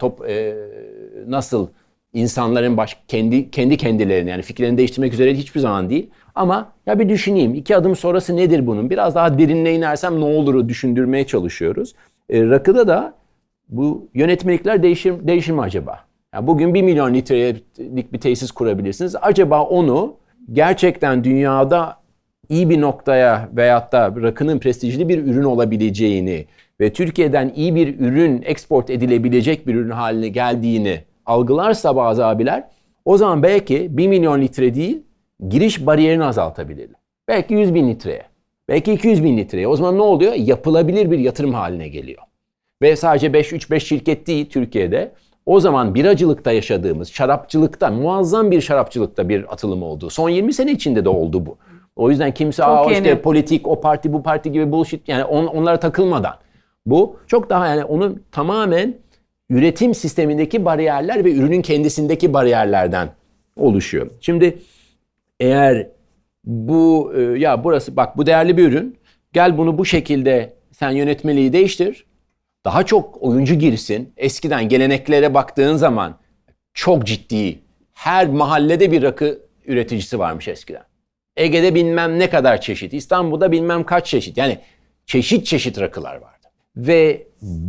nasıl insanların kendi kendilerini, yani fikirlerini değiştirmek üzere hiçbir zaman değil. Ama ya bir düşüneyim, 2 adım sonrası nedir bunun? Biraz daha derinine inersem ne olur'u düşündürmeye çalışıyoruz. Rakıda da bu yönetmelikler değişir mi acaba? Yani bugün 1 milyon litrelik bir tesis kurabilirsiniz. Acaba onu gerçekten dünyada iyi bir noktaya veyahut da rakının prestijli bir ürün olabileceğini ve Türkiye'den iyi bir ürün, export edilebilecek bir ürün haline geldiğini algılarsa bazı abiler, o zaman belki 1 milyon litre değil, giriş bariyerini azaltabilirler. Belki 100 bin litreye, belki 200 bin litreye. O zaman ne oluyor? Yapılabilir bir yatırım haline geliyor. Ve sadece 3-5 şirket değil Türkiye'de. O zaman biracılıkta yaşadığımız, şarapçılıkta, muazzam bir şarapçılıkta bir atılım oldu. Son 20 sene içinde de oldu bu. O yüzden kimse işte politik, o parti, bu parti gibi bullshit, yani onlara takılmadan. Bu çok daha, yani onun tamamen üretim sistemindeki bariyerler ve ürünün kendisindeki bariyerlerden oluşuyor. Şimdi eğer bu burası bak, bu değerli bir ürün, gel bunu bu şekilde sen yönetmeliği değiştir. Daha çok oyuncu girsin. Eskiden geleneklere baktığın zaman çok ciddi, her mahallede bir rakı üreticisi varmış eskiden. Ege'de bilmem ne kadar çeşit, İstanbul'da bilmem kaç çeşit. Yani çeşit rakılar vardı. Ve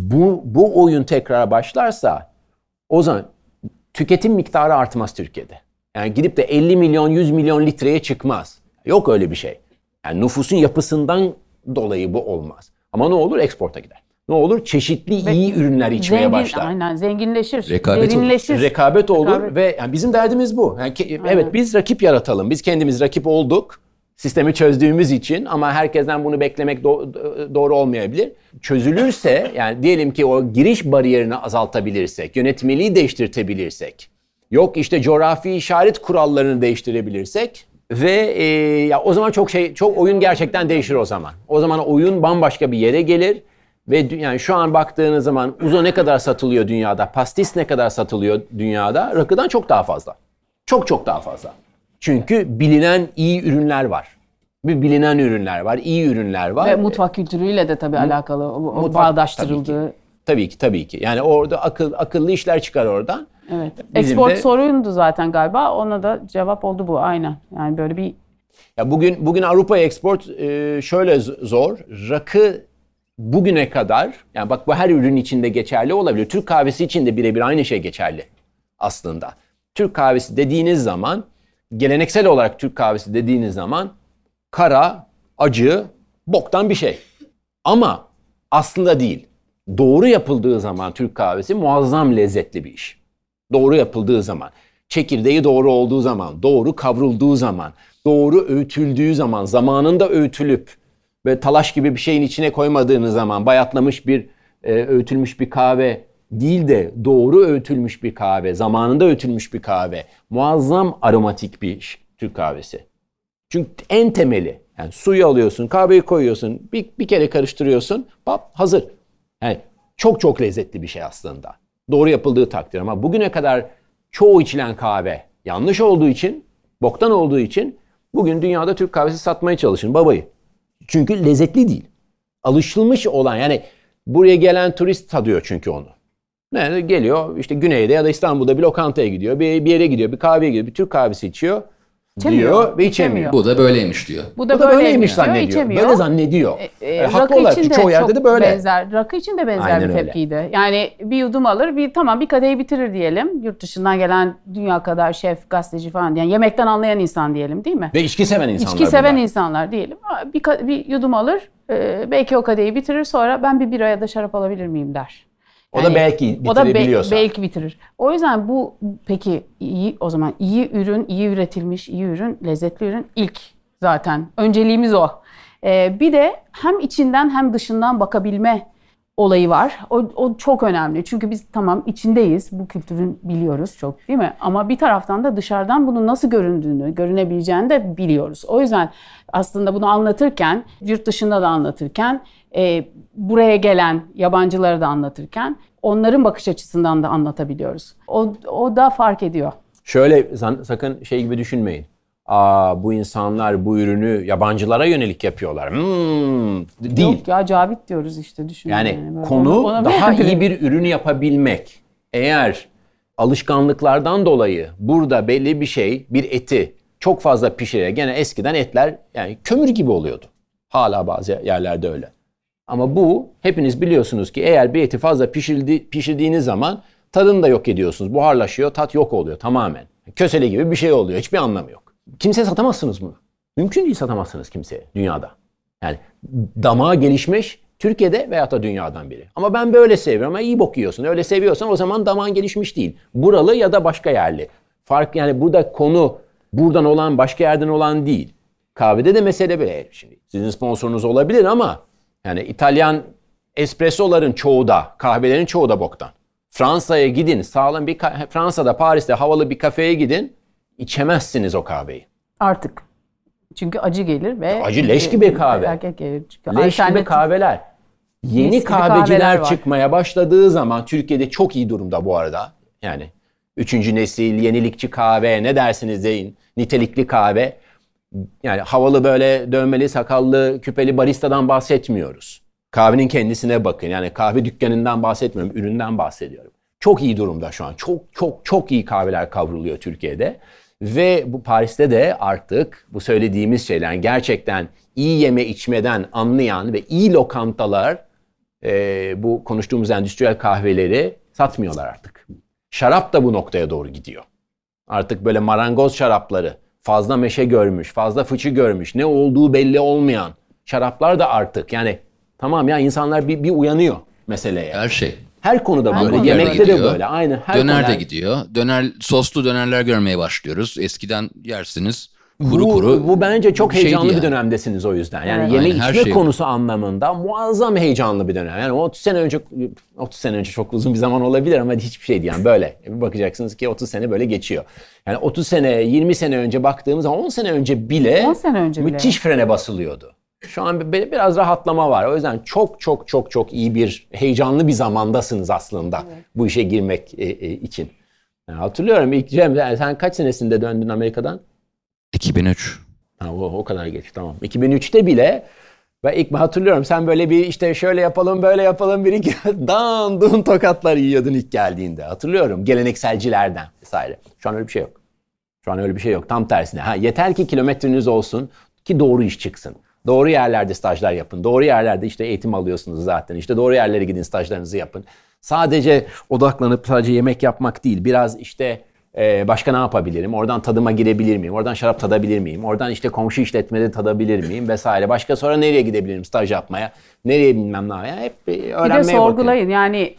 bu oyun tekrar başlarsa, o zaman tüketim miktarı artmaz Türkiye'de. Yani gidip de 50 milyon, 100 milyon litreye çıkmaz. Yok öyle bir şey. Yani nüfusun yapısından dolayı bu olmaz. Ama ne olur? Eksporta gider. Ne olur? Çeşitli iyi ürünler içmeye başlar. Aynen, zenginleşir, derinleşir. Rekabet olur ve yani bizim derdimiz bu. Yani evet, biz rakip yaratalım. Biz kendimiz rakip olduk. Sistemi çözdüğümüz için, ama herkesten bunu beklemek doğru olmayabilir. Çözülürse, yani diyelim ki o giriş bariyerini azaltabilirsek, yönetmeliği değiştirtebilirsek, yok işte coğrafi işaret kurallarını değiştirebilirsek ve ya o zaman çok oyun gerçekten değişir o zaman. O zaman oyun bambaşka bir yere gelir. Ve yani şu an baktığınız zaman Uzo ne kadar satılıyor dünyada, pastis ne kadar satılıyor dünyada, rakıdan çok daha fazla. Çok daha fazla. Çünkü bilinen iyi ürünler var. Bilinen ürünler var, iyi ürünler var. Ve mutfak kültürüyle de tabii alakalı, bağdaştırıldığı. Tabii ki. Yani orada akıllı işler çıkar oradan. Evet. Export sorundu zaten galiba. Ona da cevap oldu bu, aynen. Yani böyle bir Ya bugün Avrupa'ya export şöyle zor. Rakı bugüne kadar, yani bak bu her ürün içinde geçerli olabilir. Türk kahvesi için de birebir aynı şey geçerli aslında. Türk kahvesi dediğiniz zaman, geleneksel olarak Türk kahvesi dediğiniz zaman kara, acı, boktan bir şey. Ama aslında değil. Doğru yapıldığı zaman Türk kahvesi muazzam lezzetli bir iş. Doğru yapıldığı zaman, çekirdeği doğru olduğu zaman, doğru kavrulduğu zaman, doğru öğütüldüğü zaman, zamanında öğütülüp ve talaş gibi bir şeyin içine koymadığınız zaman bayatlamış bir öğütülmüş bir kahve değil de doğru öğütülmüş bir kahve, zamanında öğütülmüş bir kahve, muazzam aromatik bir iş Türk kahvesi. Çünkü en temeli, yani suyu alıyorsun, kahveyi koyuyorsun, bir kere karıştırıyorsun, hazır. Yani çok lezzetli bir şey aslında. Doğru yapıldığı takdir, ama bugüne kadar çoğu içilen kahve yanlış olduğu için, boktan olduğu için bugün dünyada Türk kahvesi satmaya çalışın babayı. Çünkü lezzetli değil. Alışılmış olan, yani buraya gelen turist tadıyor çünkü onu. Yani geliyor işte güneyde ya da İstanbul'da bir lokantaya gidiyor, bir yere gidiyor, bir kahveye gidiyor, bir Türk kahvesi içiyor. Diyor ve içemiyor. Bu da böyleymiş diyor. Bu da böyleymiş zannediyor. İçemiyor. Böyle zannediyor. Haklı Rakı olarak için de çoğu yerde de böyle. Rakı için de benzer Aynen bir öyle. tepkiydi. Yani bir yudum alır, bir kadehi bitirir diyelim. Yurt dışından gelen dünya kadar şef, gazeteci falan, yani yemekten anlayan insan diyelim, değil mi? Ve içki seven insanlar. İçki seven insanlar diyelim. Bir yudum alır, belki o kadehi bitirir, sonra ben bir bira ya da şarap alabilir miyim der. O da belki bitirebiliyorsa. Belki bitirir. O yüzden bu peki o zaman iyi ürün, iyi üretilmiş, iyi ürün, lezzetli ürün ilk zaten. Önceliğimiz o. Bir de hem içinden hem dışından bakabilme olayı var. O çok önemli. Çünkü biz tamam içindeyiz. Bu kültürün biliyoruz çok, değil mi? Ama bir taraftan da dışarıdan bunun nasıl göründüğünü, görünebileceğini de biliyoruz. O yüzden aslında bunu anlatırken, yurt dışında da anlatırken, buraya gelen yabancıları da anlatırken onların bakış açısından da anlatabiliyoruz. O da fark ediyor. Şöyle sakın şey gibi düşünmeyin. Bu insanlar bu ürünü yabancılara yönelik yapıyorlar. Değil. Yok ya, Cavit diyoruz işte, düşün. Yani Böyle konu ona daha iyi bir ürünü yapabilmek. Eğer alışkanlıklardan dolayı burada belli bir şey, bir eti çok fazla pişirerek, gene eskiden etler yani kömür gibi oluyordu. Hala bazı yerlerde öyle. Ama bu, hepiniz biliyorsunuz ki eğer bir eti fazla pişirdiğiniz zaman tadını da yok ediyorsunuz. Buharlaşıyor, tat yok oluyor tamamen. Kösele gibi bir şey oluyor. Hiçbir anlamı yok. Kimseye satamazsınız bunu. Mümkün değil, satamazsınız kimseye dünyada. Yani damağa gelişmiş Türkiye'de veyahut da dünyadan biri. Ama ben böyle seviyorum. Ama iyi bok yiyorsun. Öyle seviyorsan o zaman damağın gelişmiş değil. Buralı ya da başka yerli. Fark, yani burada konu buradan olan, başka yerden olan değil. Kahvede de mesele böyle. Şimdi sizin sponsorunuz olabilir ama yani İtalyan espressoların çoğu da, kahvelerin çoğu da boktan. Fransa'ya gidin, sağlam bir Fransa'da, Paris'te havalı bir kafeye gidin, içemezsiniz o kahveyi. Artık. Çünkü acı gelir ve acı leş gibi kahve. Erkek gelir. Çünkü leş gibi kahveler. Yeni kahveciler çıkmaya başladığı zaman Türkiye'de çok iyi durumda bu arada. Yani 3. nesil, yenilikçi kahve, ne dersiniz deyin, nitelikli kahve. Yani havalı böyle dövmeli, sakallı, küpeli baristadan bahsetmiyoruz. Kahvenin kendisine bakın. Yani kahve dükkanından bahsetmiyorum, üründen bahsediyorum. Çok iyi durumda şu an. Çok iyi kahveler kavruluyor Türkiye'de. Ve bu Paris'te de artık bu söylediğimiz şeyler, gerçekten iyi yeme içmeden anlayan ve iyi lokantalar bu konuştuğumuz endüstriyel kahveleri satmıyorlar artık. Şarap da bu noktaya doğru gidiyor. Artık böyle marangoz şarapları, fazla meşe görmüş, fazla fıçı görmüş, ne olduğu belli olmayan şaraplar da artık, yani tamam ya, insanlar bir uyanıyor meseleye. Her şey. Her konuda böyle. Yemekte de böyle. Aynı. Döner de gidiyor. Soslu dönerler görmeye başlıyoruz. Eskiden yersiniz kuru. Bu bence çok heyecanlı bir dönemdesiniz o yüzden. Yani yeme içme konusu anlamında muazzam heyecanlı bir dönem. Yani 30 sene önce çok uzun bir zaman olabilir ama hiçbir şey değil. Yani böyle bir bakacaksınız ki 30 sene böyle geçiyor. Yani 30 sene, 20 sene önce baktığımız zaman 10 sene önce bile müthiş frene basılıyordu. Şu an biraz rahatlama var. O yüzden çok iyi bir, heyecanlı bir zamandasınız aslında bu işe girmek için. Yani hatırlıyorum ilk Cem, sen kaç senesinde döndün Amerika'dan? 2003. O kadar geç, tamam. 2003'te bile ve ilk hatırlıyorum sen böyle bir işte şöyle yapalım böyle yapalım bir iki dun tokatlar yiyordun ilk geldiğinde. Hatırlıyorum gelenekselcilerden vesaire. Şu an öyle bir şey yok. Şu an öyle bir şey yok. Tam tersine. Yeter ki kilometreniz olsun ki doğru iş çıksın. Doğru yerlerde stajlar yapın. Doğru yerlerde işte eğitim alıyorsunuz zaten. İşte doğru yerlere gidin, stajlarınızı yapın. Sadece odaklanıp sadece yemek yapmak değil. Biraz işte başka ne yapabilirim? Oradan tadıma girebilir miyim? Oradan şarap tadabilir miyim? Oradan işte komşu işletmede tadabilir miyim? Vesaire. Başka sonra nereye gidebilirim staj yapmaya? Nereye bilmem ne yapmaya? Hep öğrenmeye Bir de sorgulayın. Yani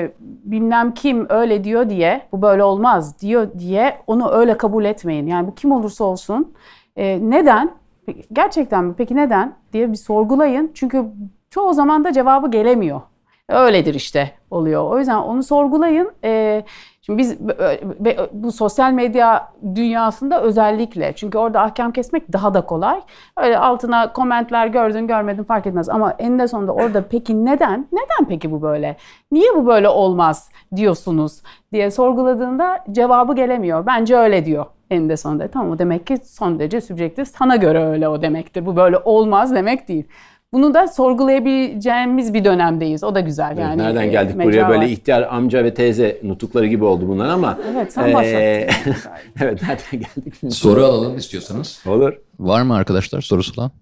bilmem kim öyle diyor diye, bu böyle olmaz diyor diye onu öyle kabul etmeyin. Yani bu kim olursa olsun. Neden? Gerçekten mi? Peki neden? Diye bir sorgulayın. Çünkü çoğu zaman da cevabı gelemiyor. Öyledir işte oluyor. O yüzden onu sorgulayın. Şimdi biz bu sosyal medya dünyasında özellikle, çünkü orada ahkam kesmek daha da kolay. Öyle altına komentler gördün görmedin fark etmez. Ama eninde sonunda orada peki neden? Neden peki bu böyle? Niye bu böyle olmaz diyorsunuz diye sorguladığında cevabı gelemiyor. Bence öyle diyor eninde sonunda. Tamam, o demek ki son derece sübjektif. Sana göre öyle o demektir. Bu böyle olmaz demek değil. Bunu da sorgulayabileceğimiz bir dönemdeyiz. O da güzel yani. Nereden geldik buraya? Böyle ihtiyar amca ve teyze nutukları gibi oldu bunlar ama. Evet, sen başlattın. Evet, nereden geldik? Soru alalım istiyorsanız. Olur. Var mı arkadaşlar sorusu olan?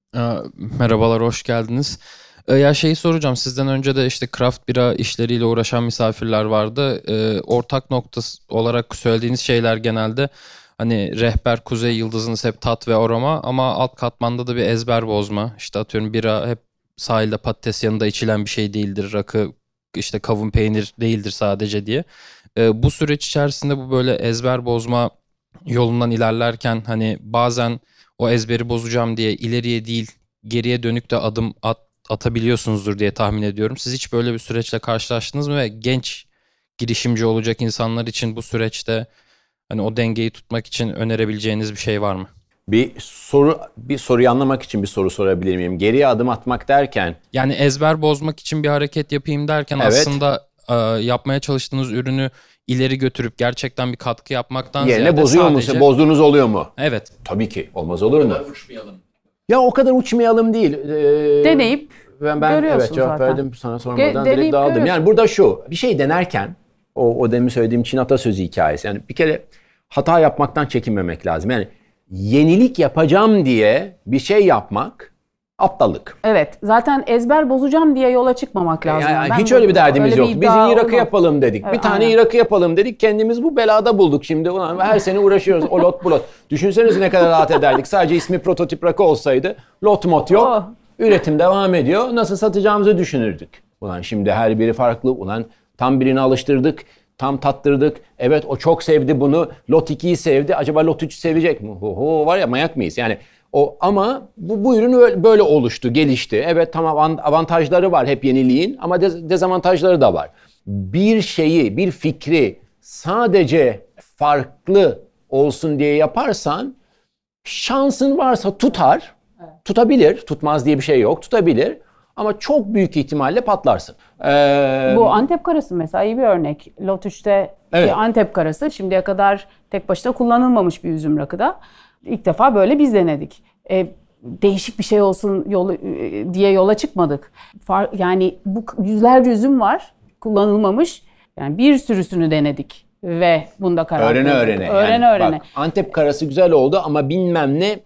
Merhabalar, hoş geldiniz. Ya şeyi soracağım, sizden önce de işte craft bira işleriyle uğraşan misafirler vardı. Ortak noktası olarak söylediğiniz şeyler genelde hani rehber, kuzey yıldızınız hep tat ve aroma ama alt katmanda da bir ezber bozma. İşte atıyorum bira hep sahilde patates yanında içilen bir şey değildir. Rakı işte kavun peynir değildir sadece diye. Bu süreç içerisinde bu böyle ezber bozma yolundan ilerlerken hani bazen o ezberi bozacağım diye ileriye değil geriye dönük de adım atabiliyorsunuzdur diye tahmin ediyorum. Siz hiç böyle bir süreçle karşılaştınız mı ve genç girişimci olacak insanlar için bu süreçte hani o dengeyi tutmak için önerebileceğiniz bir şey var mı? Bir soruyu anlamak için bir soru sorabilir miyim? Geriye adım atmak derken? Yani ezber bozmak için bir hareket yapayım derken evet, aslında yapmaya çalıştığınız ürünü ileri götürüp gerçekten bir katkı yapmaktan yerine ziyade bozuyor sadece... musun? Bozduğunuz oluyor mu? Evet. Tabii ki. Olmaz olur mu? Uçmayalım. Ya o kadar uçmayalım değil. Deneyip ben görüyorsun evet cevap zaten. verdim sana sormadan Deneyip direkt dağıldım. görüyorsun. Yani burada şu, bir şey denerken o demin söylediğim Çin atasözü hikayesi. Yani bir kere hata yapmaktan çekinmemek lazım. Yani yenilik yapacağım diye bir şey yapmak aptallık. Evet. Zaten ezber bozacağım diye yola çıkmamak lazım. Yani Ben hiç öyle bir derdimiz öyle yok. bir Biz iddia iyi rakı olmaz. yapalım dedik. Evet, bir tane aynen. iyi rakı yapalım dedik. Kendimiz bu belada bulduk şimdi. Ulan her sene uğraşıyoruz. O lot bu lot. Düşünsenize ne kadar rahat ederdik. Sadece ismi prototip rakı olsaydı. Lot mot yok. Oh. Üretim devam ediyor. Nasıl satacağımızı düşünürdük. Ulan şimdi her biri farklı. Ulan tam birini alıştırdık. Tam tattırdık. Evet o çok sevdi bunu. Lot 2'yi sevdi. Acaba Lot 3'ü sevecek mi? Var ya, manyak mıyız? Yani ama bu ürün böyle oluştu, gelişti. Evet tamam, avantajları var hep yeniliğin ama dezavantajları da var. Bir şeyi, bir fikri sadece farklı olsun diye yaparsan şansın varsa tutar. Evet. Tutabilir. Tutmaz diye bir şey yok. Tutabilir. Ama çok büyük ihtimalle patlarsın. Bu Antep karası mesela iyi bir örnek. Lot 3'te evet, Antep karası şimdiye kadar tek başına kullanılmamış bir üzüm rakıda. İlk defa böyle biz denedik. Değişik bir şey olsun diye yola çıkmadık. Yani bu yüzlerce üzüm var kullanılmamış. Yani bir sürüsünü denedik ve bunda karar öğrene verdik. öğrene. Bak, Antep karası güzel oldu ama bilmem ne.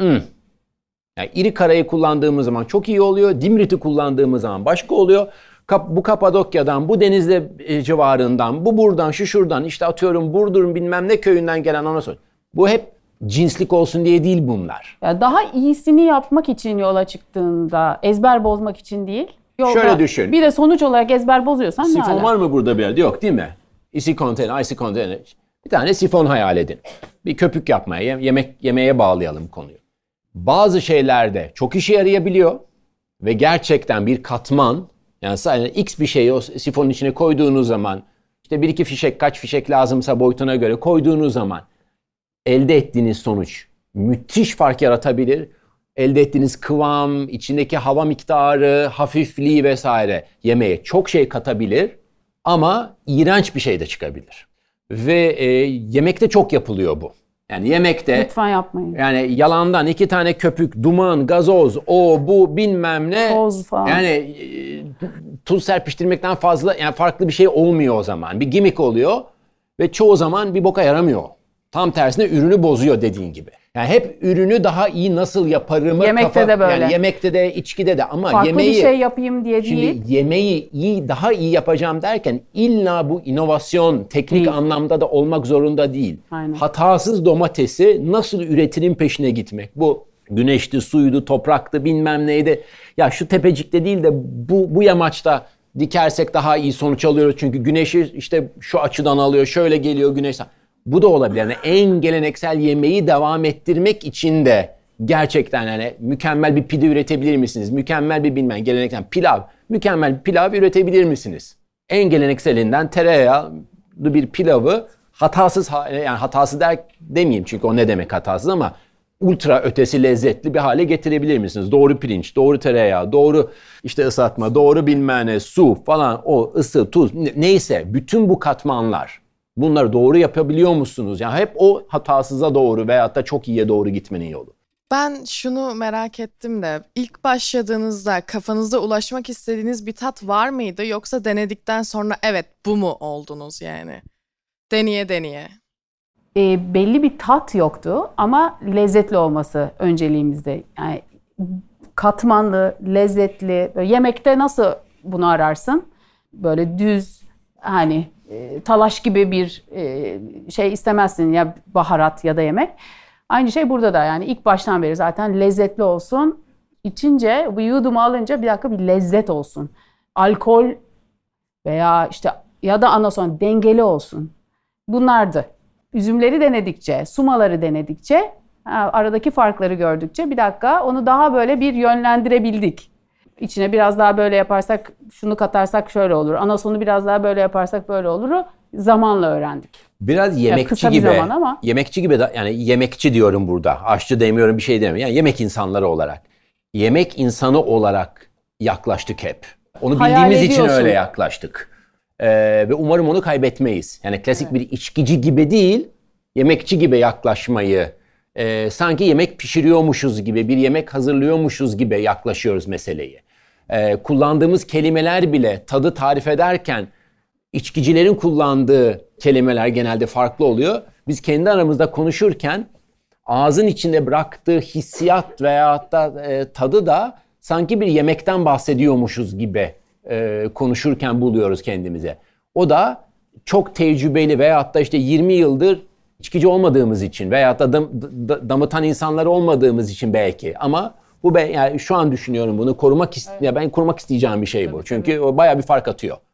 Yani iri karayı kullandığımız zaman çok iyi oluyor. Dimrit'i kullandığımız zaman başka oluyor. Bu Kapadokya'dan, bu Denizli civarından, bu buradan, şu şuradan, işte atıyorum Burdur'un bilmem ne köyünden gelen ona sor. Bu hep cinslik olsun diye değil bunlar. Ya daha iyisini yapmak için yola çıktığında, ezber bozmak için değil. Şöyle düşün. Bir de sonuç olarak ezber bozuyorsan ne Sifon hala? var mı burada bir yerde? Yok değil mi? Icy container. Bir tane sifon hayal edin. Bir köpük yapmaya, yemeğe bağlayalım konuyu. Bazı şeylerde çok işe yarayabiliyor ve gerçekten bir katman, yani sadece X bir şeyi o sifonun içine koyduğunuz zaman, işte bir iki fişek, kaç fişek lazımsa boyutuna göre koyduğunuz zaman elde ettiğiniz sonuç müthiş fark yaratabilir. Elde ettiğiniz kıvam, içindeki hava miktarı, hafifliği vesaire yemeğe çok şey katabilir ama iğrenç bir şey de çıkabilir. Ve yemekte çok yapılıyor bu. Yani yemekte lütfen yapmayın. Yani yalandan 2 tane köpük, duman, gazoz, o bu bilmem ne. Toz falan. Yani tuz serpiştirmekten fazla, yani farklı bir şey olmuyor o zaman. Bir gimmick oluyor ve çoğu zaman bir boka yaramıyor. Tam tersine ürünü bozuyor dediğin gibi. Yani hep ürünü daha iyi nasıl yaparımı Yemekte de böyle. Yani yemekte de, içkide de ama Farklı yemeği bir şey yapayım diye değil. Şimdi yemeği daha iyi yapacağım derken illa bu inovasyon teknik Değil. anlamda da olmak zorunda değil. Aynen. Hatasız domatesi nasıl üretinin peşine gitmek. Bu güneşti, suydu, topraktı, bilmem neydi. Ya şu tepecikte değil de bu yamaçta dikersek daha iyi sonuç alıyoruz. Çünkü güneşi işte şu açıdan alıyor, şöyle geliyor güneş. Bu da olabilir. Yani en geleneksel yemeği devam ettirmek için de gerçekten hani mükemmel bir pide üretebilir misiniz? Mükemmel bir geleneksel pilav. Mükemmel bir pilav üretebilir misiniz? En gelenekselinden tereyağlı bir pilavı hatasız, yani hatası demeyeyim çünkü o ne demek hatasız ama ultra ötesi lezzetli bir hale getirebilir misiniz? Doğru pirinç, doğru tereyağı, doğru işte ıslatma, doğru bilmem ne, su falan, o ısı, tuz neyse bütün bu katmanlar. Bunları doğru yapabiliyor musunuz? Yani hep o hatasıza doğru veyahut da çok iyiye doğru gitmenin yolu. Ben şunu merak ettim de ilk başladığınızda kafanızda ulaşmak istediğiniz bir tat var mıydı? Yoksa denedikten sonra evet bu mu oldunuz yani? Deneye. Belli bir tat yoktu ama lezzetli olması önceliğimizde. Yani katmanlı, lezzetli. Böyle yemekte nasıl bunu ararsın? Böyle düz, hani talaş gibi bir şey istemezsin ya, baharat ya da yemek. Aynı şey burada da, yani ilk baştan beri zaten lezzetli olsun. İçince, bu yudumu alınca bir dakika bir lezzet olsun. Alkol veya işte ya da anason dengeli olsun. Bunlardı. Üzümleri denedikçe, sumaları denedikçe, aradaki farkları gördükçe bir dakika onu daha böyle bir yönlendirebildik. İçine biraz daha böyle yaparsak, şunu katarsak şöyle olur. Anasonu biraz daha böyle yaparsak böyle olur. Zamanla öğrendik. Biraz yemekçi kısa bir gibi. zaman ama. Yemekçi gibi de, yani yemekçi diyorum burada. Aşçı demiyorum, bir şey demiyorum. Yani yemek insanları olarak. Yemek insanı olarak yaklaştık hep. Onu Hayal bildiğimiz için ediyorsun. öyle yaklaştık. Ve umarım onu kaybetmeyiz. Yani klasik bir içkici gibi değil, yemekçi gibi yaklaşmayı, sanki yemek pişiriyormuşuz gibi, bir yemek hazırlıyormuşuz gibi yaklaşıyoruz meseleyi. Kullandığımız kelimeler bile tadı tarif ederken içkicilerin kullandığı kelimeler genelde farklı oluyor. Biz kendi aramızda konuşurken ağzın içinde bıraktığı hissiyat veyahut da tadı da sanki bir yemekten bahsediyormuşuz gibi konuşurken buluyoruz kendimize. O da çok tecrübeli veyahut da işte 20 yıldır içkici olmadığımız için veyahut da damıtan insanlar olmadığımız için belki. Ama bu yani şu an düşünüyorum bunu ben korumak isteyeceğim bir şey bu. Çünkü o bayağı bir fark atıyor.